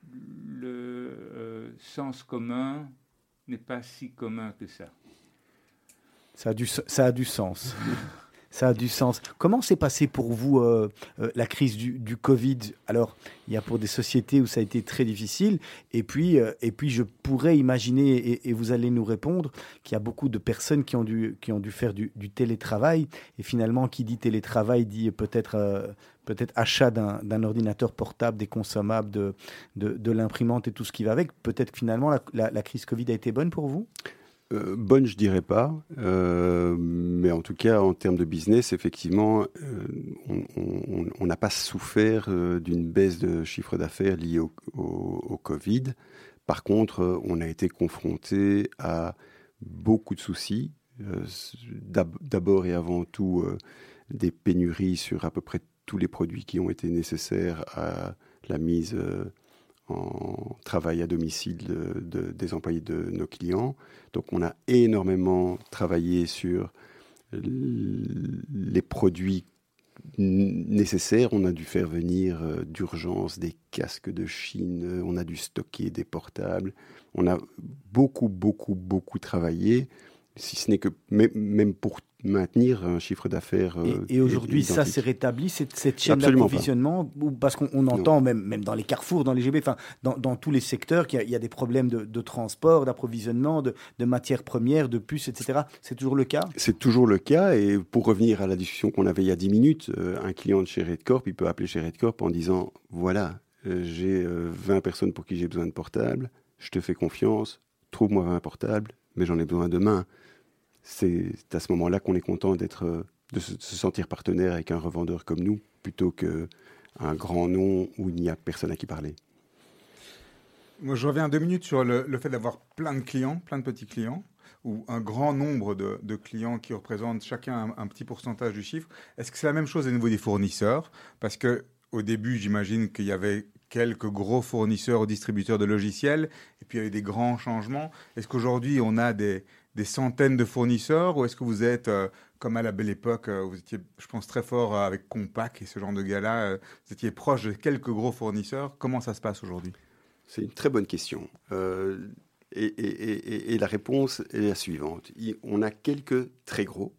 le sens commun n'est pas si commun que ça. Ça a du sens. Ça a du sens. Comment s'est passé pour vous la crise du Covid ? Alors, il y a pour des sociétés où ça a été très difficile, et puis je pourrais imaginer, et vous allez nous répondre, qu'il y a beaucoup de personnes qui ont dû faire du télétravail, et finalement, qui dit télétravail dit peut-être achat d'un ordinateur portable, des consommables, de l'imprimante et tout ce qui va avec. Peut-être que finalement, la crise Covid a été bonne pour vous ? Bonne, je dirais pas, mais en tout cas, en termes de business, effectivement, on n'a pas souffert d'une baisse de chiffre d'affaires liée au Covid. Par contre, on a été confronté à beaucoup de soucis. D'abord et avant tout, des pénuries sur à peu près tous les produits qui ont été nécessaires à la mise en travail à domicile des employés de nos clients. Donc on a énormément travaillé sur les produits nécessaires. On a dû faire venir d'urgence des casques de Chine, on a dû stocker des portables. On a beaucoup travaillé, si ce n'est que même pour maintenir un chiffre d'affaires. Et aujourd'hui, ça s'est rétabli, cette chaîne d'approvisionnement, parce qu'on entend même dans les carrefours, dans les GB, enfin dans tous les secteurs, qu'il y a des problèmes de transport, d'approvisionnement, de matières premières, de puces, etc. C'est toujours le cas ? C'est toujours le cas, et pour revenir à la discussion qu'on avait il y a 10 minutes, un client de chez Redcorp, il peut appeler chez Redcorp en disant « Voilà, j'ai 20 personnes pour qui j'ai besoin de portables, je te fais confiance, trouve-moi 20 portables, mais j'en ai besoin demain. » C'est à ce moment-là qu'on est content de se sentir partenaire avec un revendeur comme nous, plutôt qu'un grand nom où il n'y a personne à qui parler. Moi, je reviens 2 minutes sur le fait d'avoir plein de clients, plein de petits clients, ou un grand nombre de clients qui représentent chacun un petit pourcentage du chiffre. Est-ce que c'est la même chose au niveau des fournisseurs ? Parce qu'au début, j'imagine qu'il y avait quelques gros fournisseurs ou distributeurs de logiciels, et puis il y a eu des grands changements. Est-ce qu'aujourd'hui, on a des centaines de fournisseurs, ou est-ce que vous êtes, comme à la belle époque, vous étiez, je pense, très fort avec Compaq et ce genre de gars-là, vous étiez proche de quelques gros fournisseurs. Comment ça se passe aujourd'hui ? C'est une très bonne question. Et la réponse est la suivante. On a quelques très gros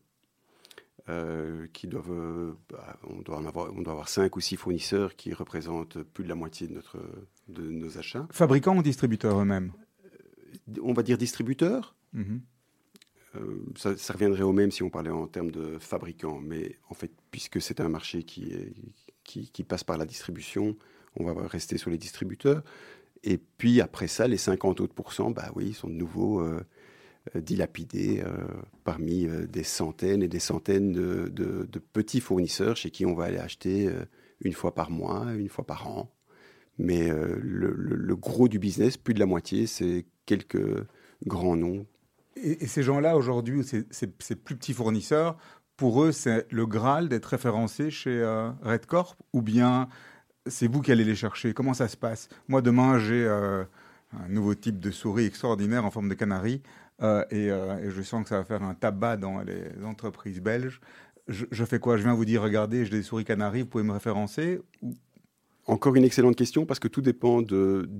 qui doivent... on doit avoir 5 ou 6 fournisseurs qui représentent plus de la moitié de nos achats. Fabricants ou distributeurs eux-mêmes ? On va dire distributeurs. Mm-hmm. Ça reviendrait au même si on parlait en termes de fabricants, mais en fait, puisque c'est un marché qui passe par la distribution, on va rester sur les distributeurs. Et puis après ça, les 50 autres %, oui, sont de nouveau dilapidés parmi des centaines et des centaines de petits fournisseurs chez qui on va aller acheter une fois par mois, une fois par an. Mais le gros du business, plus de la moitié, c'est quelques grands noms. Et ces gens-là, aujourd'hui, ces plus petits fournisseurs, pour eux, c'est le Graal d'être référencé chez Redcorp, ou bien c'est vous qui allez les chercher ? Comment ça se passe ? Moi, demain, j'ai un nouveau type de souris extraordinaire en forme de canari, et je sens que ça va faire un tabac dans les entreprises belges. Je fais quoi ? Je viens vous dire, regardez, j'ai des souris canari, vous pouvez me référencer ou... Encore une excellente question, parce que tout dépend du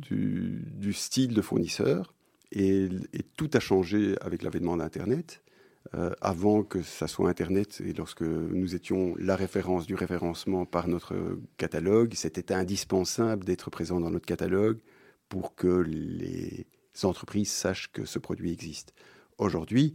style de fournisseur. Et tout a changé avec l'avènement d'Internet. Avant que ça soit Internet, et lorsque nous étions la référence du référencement par notre catalogue, c'était indispensable d'être présent dans notre catalogue pour que les entreprises sachent que ce produit existe. Aujourd'hui,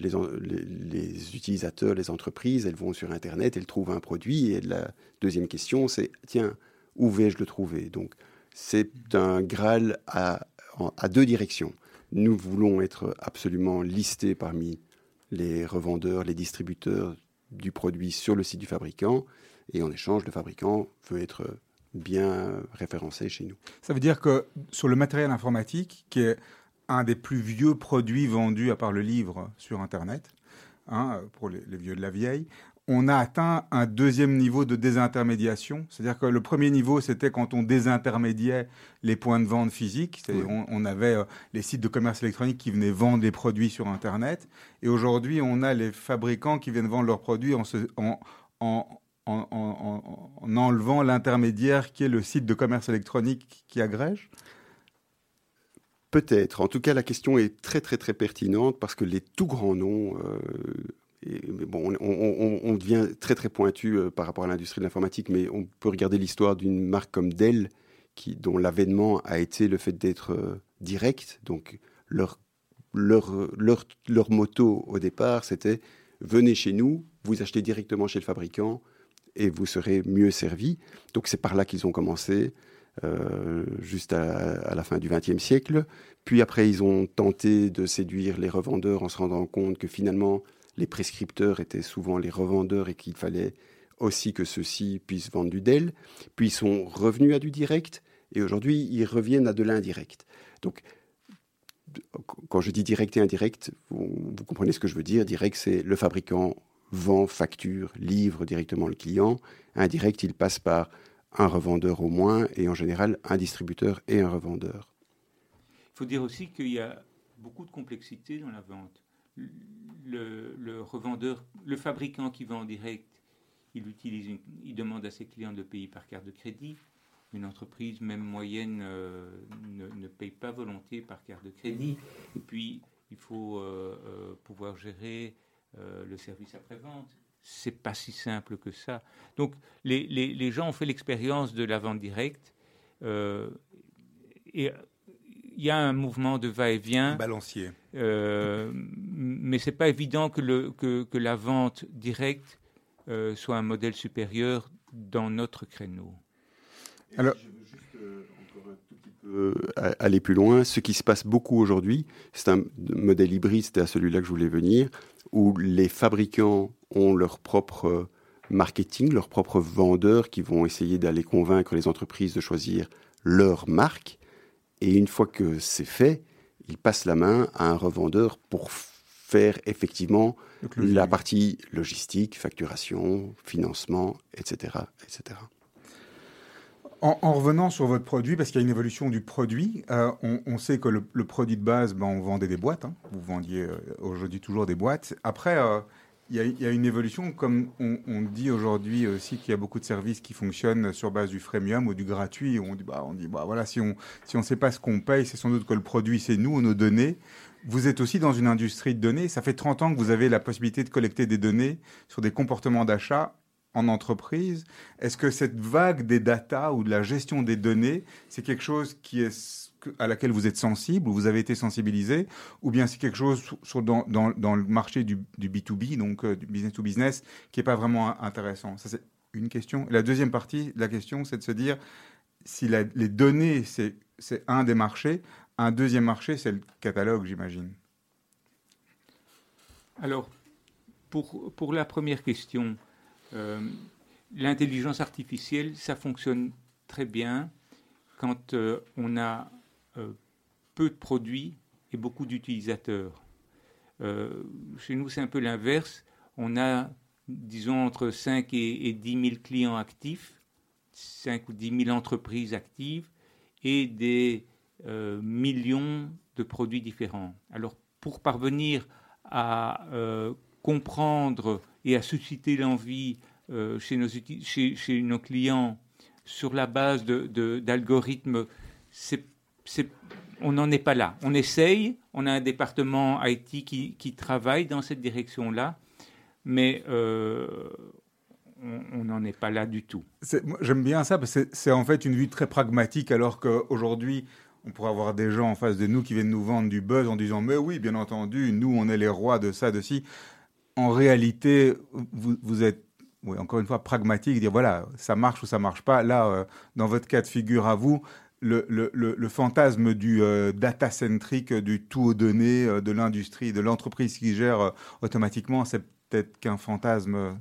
les utilisateurs, les entreprises, elles vont sur Internet, elles trouvent un produit, et la deuxième question, c'est « Tiens, où vais-je le trouver ?» Donc, c'est un Graal à 2 directions. Nous voulons être absolument listés parmi les revendeurs, les distributeurs du produit sur le site du fabricant, et en échange, le fabricant veut être bien référencé chez nous. Ça veut dire que sur le matériel informatique, qui est un des plus vieux produits vendus à part le livre sur Internet, pour les vieux de la vieille, on a atteint un deuxième niveau de désintermédiation. C'est-à-dire que le premier niveau, c'était quand on désintermédiait les points de vente physiques. Oui. On avait les sites de commerce électronique qui venaient vendre les produits sur Internet. Et aujourd'hui, on a les fabricants qui viennent vendre leurs produits en enlevant l'intermédiaire qui est le site de commerce électronique qui agrège. Peut-être. En tout cas, la question est très, très, très pertinente parce que les tout grands noms... on devient très très pointu par rapport à l'industrie de l'informatique, mais on peut regarder l'histoire d'une marque comme Dell, dont l'avènement a été le fait d'être direct. Donc leur motto au départ, c'était « Venez chez nous, vous achetez directement chez le fabricant et vous serez mieux servi ». Donc c'est par là qu'ils ont commencé, juste à la fin du XXe siècle. Puis après, ils ont tenté de séduire les revendeurs en se rendant compte que finalement, les prescripteurs étaient souvent les revendeurs et qu'il fallait aussi que ceux-ci puissent vendre du Dell. Puis ils sont revenus à du direct et aujourd'hui, ils reviennent à de l'indirect. Donc, quand je dis direct et indirect, vous comprenez ce que je veux dire. Direct, c'est le fabricant vend, facture, livre directement le client. Indirect, il passe par un revendeur au moins et en général, un distributeur et un revendeur. Il faut dire aussi qu'il y a beaucoup de complexité dans la vente. Le revendeur, le fabricant qui vend en direct, il demande à ses clients de payer par carte de crédit. Une entreprise, même moyenne, ne paye pas volontiers par carte de crédit. Et puis, il faut pouvoir gérer le service après-vente. C'est pas si simple que ça. Donc, les gens ont fait l'expérience de la vente directe. Et il y a un mouvement de va-et-vient. Balancier. Mais ce n'est pas évident que la vente directe soit un modèle supérieur dans notre créneau. Alors, je veux juste encore un tout petit peu aller plus loin. Ce qui se passe beaucoup aujourd'hui, c'est un modèle hybride, c'était à celui-là que je voulais venir, où les fabricants ont leur propre marketing, leurs propres vendeurs qui vont essayer d'aller convaincre les entreprises de choisir leur marque. Et une fois que c'est fait, ils passent la main à un revendeur pour faire effectivement la partie logistique, facturation, financement, etc. etc. En revenant sur votre produit, parce qu'il y a une évolution du produit, on sait que le produit de base, on vendait des boîtes. Hein. Vous vendiez aujourd'hui toujours des boîtes. Après, il y a une évolution, comme on dit aujourd'hui aussi qu'il y a beaucoup de services qui fonctionnent sur base du freemium ou du gratuit. On dit voilà, si on sait pas ce qu'on paye, c'est sans doute que le produit, c'est nous, nos données. Vous êtes aussi dans une industrie de données. Ça fait 30 ans que vous avez la possibilité de collecter des données sur des comportements d'achat en entreprise. Est-ce que cette vague des data ou de la gestion des données, c'est quelque chose à laquelle vous êtes sensible, ou vous avez été sensibilisé, ou bien c'est quelque chose dans le marché du B2B, donc du business to business, qui n'est pas vraiment intéressant? Ça, c'est une question. Et la deuxième partie de la question, c'est de se dire si les données, c'est un des marchés, un deuxième marché, c'est le catalogue, j'imagine. Alors, pour la première question, l'intelligence artificielle, ça fonctionne très bien quand on a peu de produits et beaucoup d'utilisateurs. Chez nous, c'est un peu l'inverse. On a, disons, entre 5 et 10 000 clients actifs, 5 ou 10 000 entreprises actives et des millions de produits différents. Alors, pour parvenir à comprendre et à susciter l'envie chez nos clients sur la base d'algorithmes, on n'en est pas là. On essaye, on a un département IT qui travaille dans cette direction-là, mais on n'en est pas là du tout. J'aime bien ça, parce que c'est en fait une vue très pragmatique, alors qu'aujourd'hui, on pourrait avoir des gens en face de nous qui viennent nous vendre du buzz en disant « Mais oui, bien entendu, nous, on est les rois de ça, de ci ». En réalité, vous êtes, encore une fois, pragmatique, dire voilà, ça marche ou ça marche pas. Là, dans votre cas de figure à vous, le fantasme du data-centric, du tout aux données, de l'industrie, de l'entreprise qui gère automatiquement, c'est peut-être qu'un fantasme.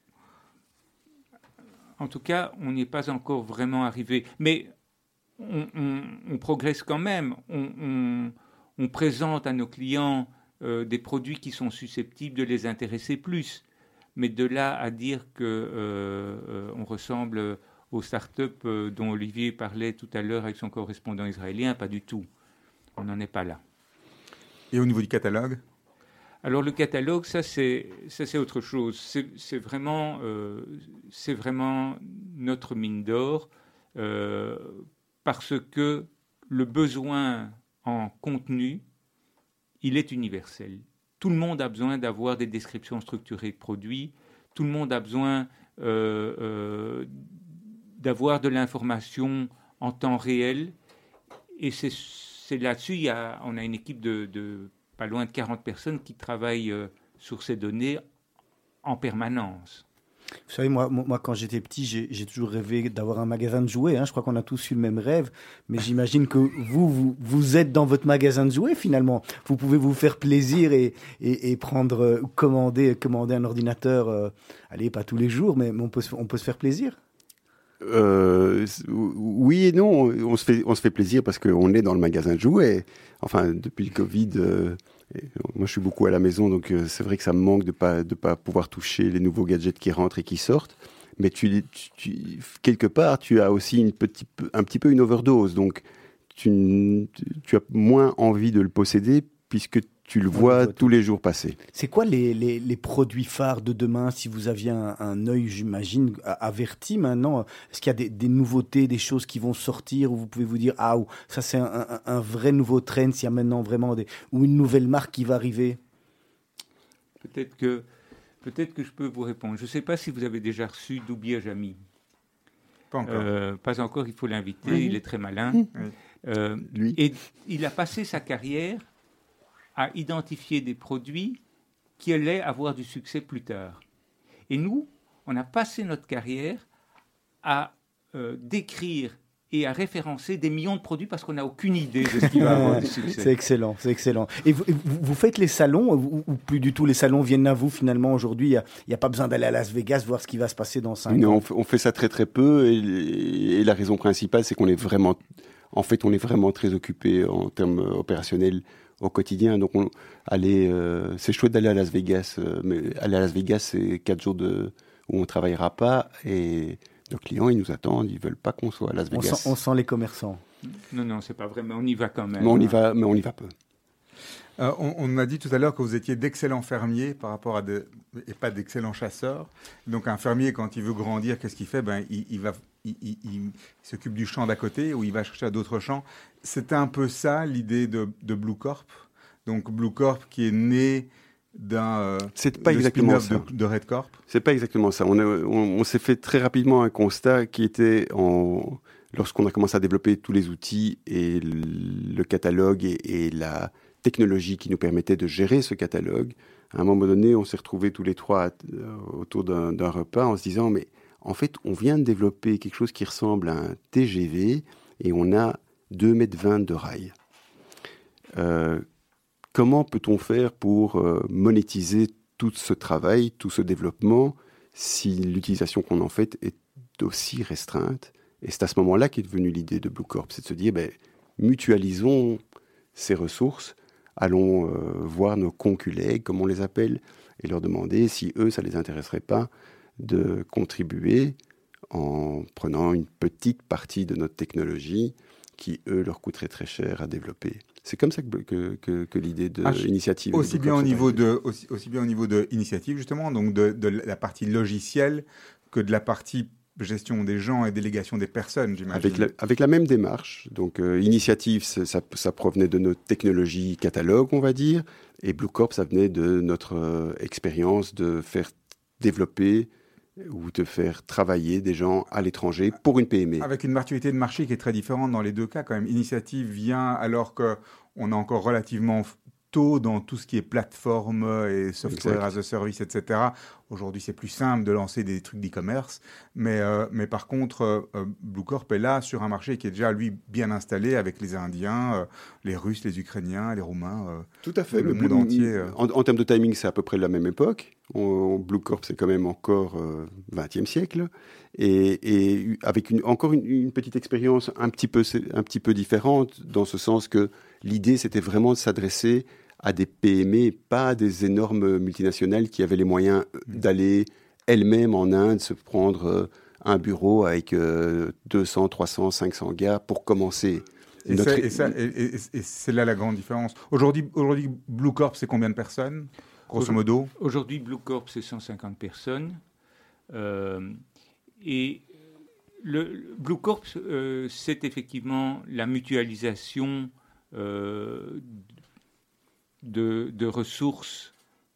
En tout cas, on n'y est pas encore vraiment arrivé. Mais on progresse quand même. On présente à nos clients des produits qui sont susceptibles de les intéresser plus. Mais de là à dire qu'on ressemble aux startups dont Olivier parlait tout à l'heure avec son correspondant israélien, pas du tout. On n'en est pas là. Et au niveau du catalogue ? Alors le catalogue, ça c'est autre chose. C'est vraiment notre mine d'or parce que le besoin en contenu, il est universel. Tout le monde a besoin d'avoir des descriptions structurées de produits. Tout le monde a besoin d'avoir de l'information en temps réel. Et c'est là-dessus, on a une équipe de pas loin de 40 personnes qui travaillent sur ces données en permanence. Vous savez, moi, quand j'étais petit, j'ai toujours rêvé d'avoir un magasin de jouets. Je crois qu'on a tous eu le même rêve. Mais j'imagine que vous êtes dans votre magasin de jouets, finalement. Vous pouvez vous faire plaisir et commander un ordinateur. Allez, pas tous les jours, mais on peut se faire plaisir. Oui et non, on se fait plaisir parce qu'on est dans le magasin de jouets. Enfin, depuis le Covid, moi je suis beaucoup à la maison, donc c'est vrai que ça me manque de pas pouvoir toucher les nouveaux gadgets qui rentrent et qui sortent. Mais quelque part, tu as aussi un petit peu une overdose, donc tu as moins envie de le posséder puisque tu le vois tous les jours passer. C'est quoi les produits phares de demain, si vous aviez un œil, j'imagine, averti maintenant? Est-ce qu'il y a des nouveautés, des choses qui vont sortir où vous pouvez vous dire « Ah, ça c'est un vrai nouveau trend, s'il y a maintenant vraiment ou une nouvelle marque qui va arriver ?» Peut-être que je peux vous répondre. Je ne sais pas si vous avez déjà reçu Doubi Ajami. Pas encore. Pas encore, il faut l'inviter, il est très malin. Lui. Et il a passé sa carrière à identifier des produits qui allaient avoir du succès plus tard. Et nous, on a passé notre carrière à décrire et à référencer des millions de produits parce qu'on n'a aucune idée de ce qui va avoir du succès. C'est excellent, c'est excellent. Et vous faites les salons ou plus du tout les salons viennent à vous finalement aujourd'hui? Il n'y a pas besoin d'aller à Las Vegas voir ce qui va se passer dans 5 ans. Non, on fait ça très très peu et la raison principale, c'est qu'on est vraiment très occupé en termes opérationnels au quotidien. Donc, c'est chouette d'aller à Las Vegas, mais aller à Las Vegas, c'est 4 jours où on ne travaillera pas et nos clients, ils nous attendent, ils ne veulent pas qu'on soit à Las Vegas. On sent les commerçants. Non, c'est pas vrai, mais on y va quand même. Mais on y va peu. On a dit tout à l'heure que vous étiez d'excellents fermiers par rapport et pas d'excellents chasseurs. Donc un fermier, quand il veut grandir, qu'est-ce qu'il fait? Il s'occupe du champ d'à côté ou il va chercher à d'autres champs. C'était un peu ça l'idée de Blue Corp. Donc Blue Corp qui est né d'un c'est pas exactement ça. De Red Corp. C'est pas exactement ça. On s'est fait très rapidement un constat qui était lorsqu'on a commencé à développer tous les outils et le catalogue et la technologie qui nous permettait de gérer ce catalogue. À un moment donné, on s'est retrouvés tous les trois autour d'un repas en se disant mais en fait, on vient de développer quelque chose qui ressemble à un TGV et on a 2,20 mètres de rail. Comment peut-on faire pour monétiser tout ce travail, tout ce développement, si l'utilisation qu'on en fait est aussi restreinte? Et c'est à ce moment-là qu'est devenue l'idée de Blue Corp, c'est de se dire, mutualisons ces ressources, allons voir nos conculègues, comme on les appelle, et leur demander si eux, ça ne les intéresserait pas de contribuer en prenant une petite partie de notre technologie qui, eux, leur coûterait très cher à développer. C'est comme ça que l'idée de l'initiative... Aussi bien au niveau de initiative, justement, donc de la partie logicielle que de la partie gestion des gens et délégation des personnes, j'imagine. Avec la même démarche. Donc, initiative, ça provenait de notre technologie catalogue, on va dire, et Blue Corp, ça venait de notre expérience de faire développer ou de faire travailler des gens à l'étranger pour une PME. Avec une maturité de marché qui est très différente dans les deux cas quand même. Initiative vient alors qu'on est encore relativement tôt dans tout ce qui est plateforme et software as a service, etc. Aujourd'hui, c'est plus simple de lancer des trucs d'e-commerce. Mais par contre, Blue Corp est là sur un marché qui est déjà, lui, bien installé avec les Indiens, les Russes, les Ukrainiens, les Roumains. Tout à fait. Le monde entier. En termes de timing, c'est à peu près la même époque. Blue Corp, c'est quand même encore 20e siècle. Et avec encore une petite expérience un petit peu différente, dans ce sens que l'idée, c'était vraiment de s'adresser à des PME, pas à des énormes multinationales qui avaient les moyens d'aller elles-mêmes en Inde se prendre un bureau avec 200, 300, 500 gars pour commencer. Et c'est là la grande différence. Aujourd'hui, Blue Corp, c'est combien de personnes, grosso modo ? Aujourd'hui, Blue Corp, c'est 150 personnes. Et le Blue Corp, c'est effectivement la mutualisation de ressources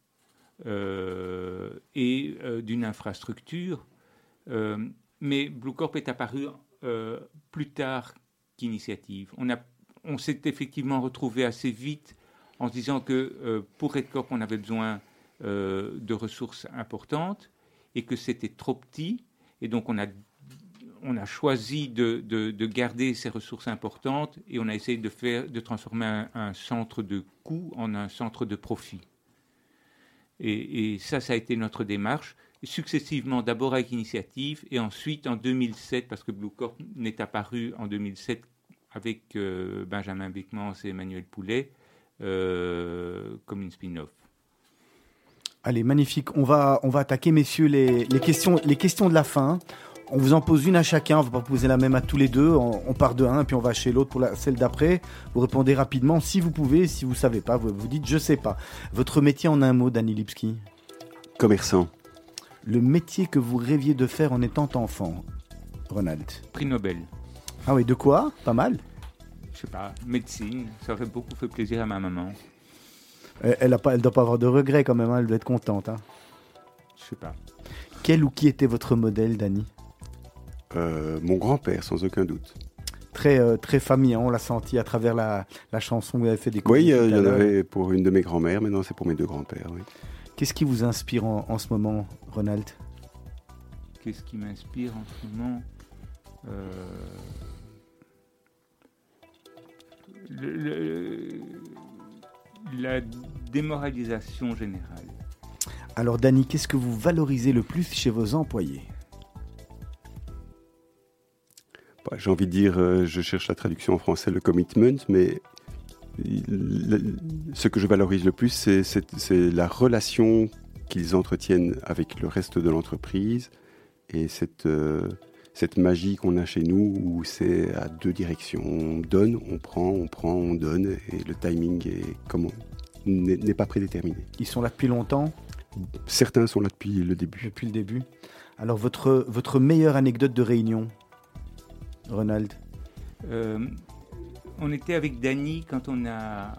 et d'une infrastructure. Mais Blue Corp est apparu plus tard qu'Initiative. On s'est effectivement retrouvé assez vite en se disant que pour Red Corp, on avait besoin de ressources importantes et que c'était trop petit. Et donc, on a choisi de garder ces ressources importantes et on a essayé de transformer un centre de coût en un centre de profit. Et ça a été notre démarche, successivement, d'abord avec Initiative et ensuite en 2007, parce que Blue Corp n'est apparu en 2007 avec Benjamin Beckmans et Emmanuel Poulet comme une spin-off. Allez, magnifique. On va attaquer, messieurs, les questions de la fin. On vous en pose une à chacun. On ne va pas poser la même à tous les deux. On part de un, puis on va chez l'autre pour celle d'après. Vous répondez rapidement, si vous pouvez. Si vous ne savez pas, vous dites « je ne sais pas ». Votre métier en un mot, Danny Lipski ? Commerçant. Le métier que vous rêviez de faire en étant enfant, Ronald ? Prix Nobel. Ah oui, de quoi ? Pas mal ? Je sais pas, médecine. Ça aurait beaucoup fait plaisir à ma maman. Elle doit pas avoir de regrets quand même, hein. Elle doit être contente. Hein. Je sais pas. Quel ou qui était votre modèle, Danny ? Mon grand-père, sans aucun doute. Très famille, hein. On l'a senti à travers la chanson que vous avez fait découvrir. Oui, il y en avait pour une de mes grand-mères, maintenant c'est pour mes deux grands-pères. Oui. Qu'est-ce qui vous inspire en ce moment, Ronald ? Qu'est-ce qui m'inspire en ce moment ? La démoralisation générale. Alors, Danny, qu'est-ce que vous valorisez le plus chez vos employés ? J'ai envie de dire, je cherche la traduction en français, le commitment, mais ce que je valorise le plus, c'est la relation qu'ils entretiennent avec le reste de l'entreprise et cette magie qu'on a chez nous où c'est à deux directions. On donne, on prend, on donne et le timing n'est pas prédéterminé. Ils sont là depuis longtemps ? Certains sont là depuis le début. Depuis le début. Alors, votre meilleure anecdote de réunion, Ronald ? On était avec Danny quand on a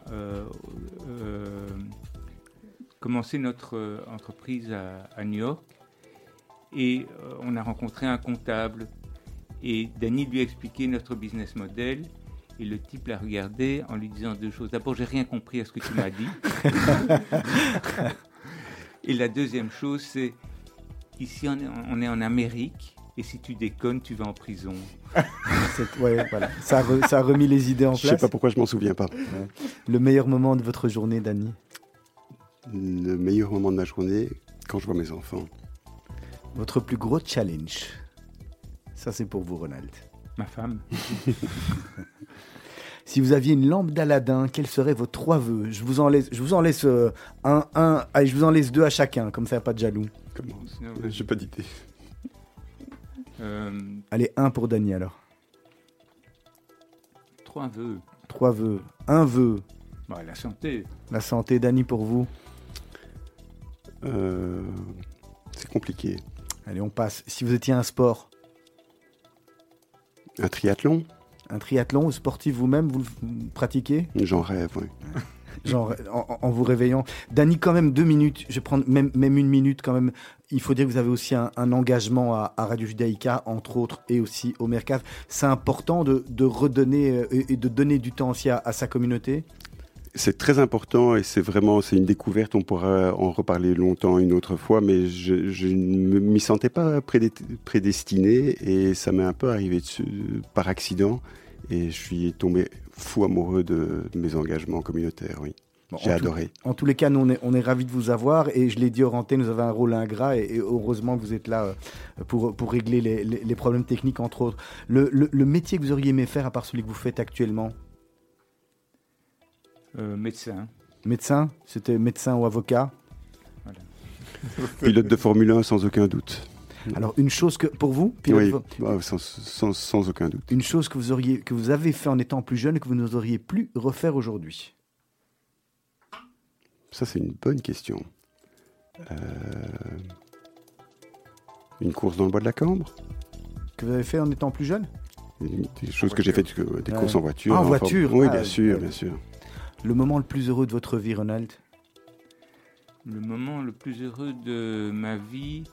commencé notre entreprise à New York et on a rencontré un comptable et Danny lui a expliqué notre business model et le type l'a regardé en lui disant deux choses. D'abord, j'ai rien compris à ce que tu m'as dit. Et la deuxième chose, c'est ici on est en Amérique. Et si tu déconnes, tu vas en prison. Ouais, voilà. Ça a remis les idées en place. Je ne sais pas pourquoi je m'en souviens pas. Ouais. Le meilleur moment de votre journée, Danny ? Le meilleur moment de ma journée, quand je vois mes enfants. Votre plus gros challenge ? Ça, c'est pour vous, Ronald. Ma femme. Si vous aviez une lampe d'Aladin, quels seraient vos 3 vœux ? Je vous en laisse allez, je vous en laisse 2 à chacun, comme ça, il n'y a pas de jaloux. Comment ? J'ai pas d'idée. Allez, 1 pour Danny, alors. 3 vœux. 3 vœux. 1 vœu. Bah, la santé. La santé, Danny, pour vous ? C'est compliqué. Allez, on passe. Si vous étiez un sport ? Un triathlon ? Un triathlon sportif vous-même, vous le pratiquez ? J'en rêve, oui. Genre, en vous réveillant. Danny, quand même 2 minutes, je vais prendre même 1 minute quand même. Il faut dire que vous avez aussi un engagement à Radio Judaïka, entre autres, et aussi au Mercave. C'est important de redonner et de donner du temps aussi à sa communauté ? C'est très important et c'est une découverte. On pourra en reparler longtemps une autre fois, mais je ne m'y sentais pas prédestiné et ça m'est un peu arrivé par accident et je suis tombé fou amoureux de mes engagements communautaires, oui. Bon, j'ai adoré. En tous les cas, nous, on est ravis de vous avoir et je l'ai dit hors antenne, nous avons un rôle ingrat et heureusement que vous êtes là pour régler les problèmes techniques, entre autres. Le métier que vous auriez aimé faire à part celui que vous faites actuellement ? Médecin. Médecin, c'était médecin ou avocat. Voilà. Pilote de Formule 1 sans aucun doute. Alors une chose que pour vous, oui, sans aucun doute. Une chose que vous avez fait en étant plus jeune et que vous n'oseriez plus refaire aujourd'hui. Ça, c'est une bonne question. Une course dans le bois de la Cambre. Que vous avez fait en étant plus jeune. Des choses que j'ai faites, des courses en voiture. En voiture. Oui, bien sûr, bien sûr. Le moment le plus heureux de votre vie, Ronald? Le moment le plus heureux de ma vie,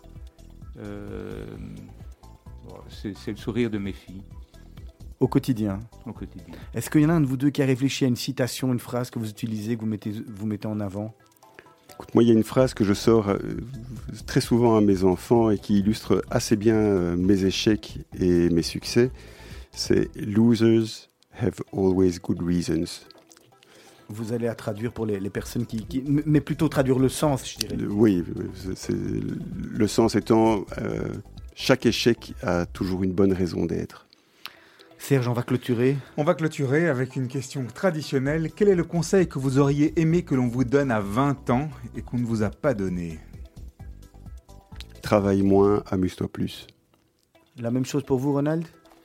c'est le sourire de mes filles. Au quotidien. Au quotidien. Est-ce qu'il y en a un de vous deux qui a réfléchi à une citation, une phrase que vous utilisez, que vous mettez en avant? Écoute, moi, il y a une phrase que je sors très souvent à mes enfants et qui illustre assez bien mes échecs et mes succès. C'est « Losers have always good reasons ». Vous allez à traduire pour les personnes mais plutôt traduire le sens, je dirais. Oui, le sens étant chaque échec a toujours une bonne raison d'être. Serge, on va clôturer. On va clôturer avec une question traditionnelle. Quel est le conseil que vous auriez aimé que l'on vous donne à 20 ans et qu'on ne vous a pas donné? Travaille moins, amuse-toi plus. La même chose pour vous, Ronald?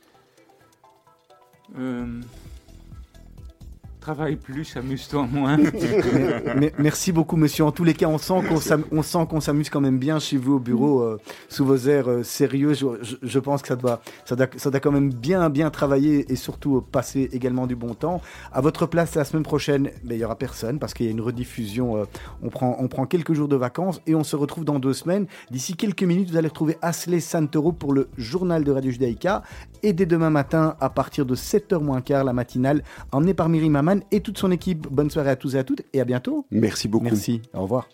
Travaille plus, amuse-toi moins. Merci beaucoup, monsieur. En tous les cas, on sent qu'on s'amuse quand même bien chez vous au bureau, sous vos airs sérieux. Je pense que ça doit quand même bien travailler et surtout passer également du bon temps. À votre place, la semaine prochaine, il n'y aura personne parce qu'il y a une rediffusion. On prend quelques jours de vacances et on se retrouve dans 2 semaines. D'ici quelques minutes, vous allez retrouver Asley Santoro pour le journal de Radio Judaïka. Et dès demain matin, à partir de 7h moins quart, la matinale, emmenée par Myri Maman et toute son équipe. Bonne soirée à tous et à toutes et à bientôt. Merci beaucoup. Merci, au revoir.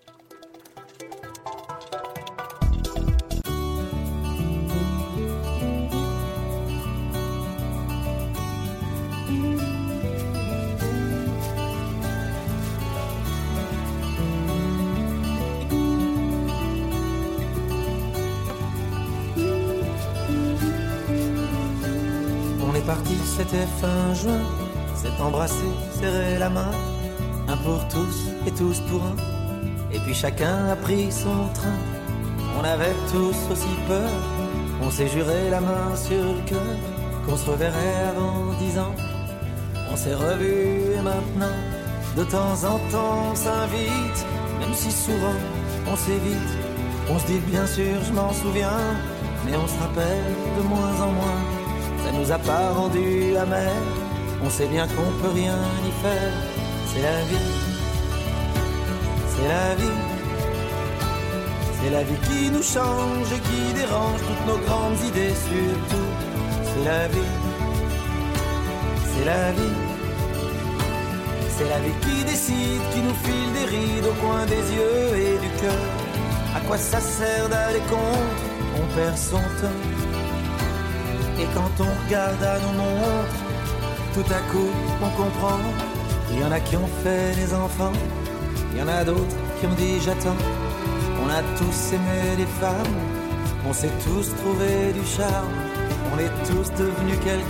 On est parti, c'était fin juin. S'est embrassé, serré la main, un pour tous et tous pour un. Et puis chacun a pris son train. On avait tous aussi peur. On s'est juré la main sur le cœur qu'on se reverrait avant 10 ans. On s'est revus et maintenant, de temps en temps, on s'invite. Même si souvent on s'évite. On se dit bien sûr, je m'en souviens, mais on se rappelle de moins en moins. Ça nous a pas rendu amers. On sait bien qu'on peut rien y faire. C'est la vie. C'est la vie. C'est la vie qui nous change et qui dérange toutes nos grandes idées surtout. C'est la vie. C'est la vie. C'est la vie qui décide, qui nous file des rides au coin des yeux et du cœur. À quoi ça sert d'aller contre? On perd son temps. Et quand on regarde à nos montres, tout à coup, on comprend. Il y en a qui ont fait des enfants. Il y en a d'autres qui ont dit j'attends. On a tous aimé les femmes. On s'est tous trouvé du charme. On est tous devenus quelqu'un.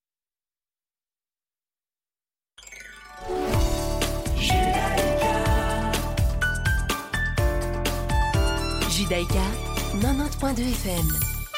Judaïka, 90.2 FM.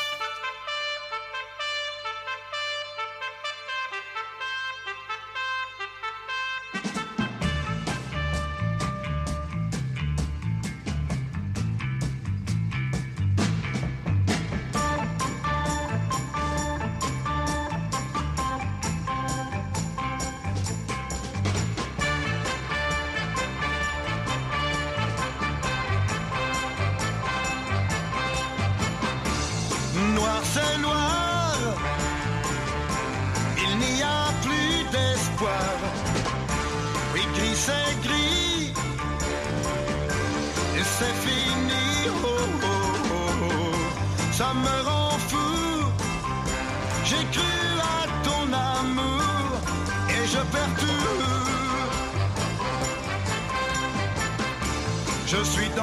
Noir c'est noir, il n'y a plus d'espoir. Oui, gris c'est gris, et c'est fini. Oh, oh, oh, oh. Ça me rend fou, j'ai cru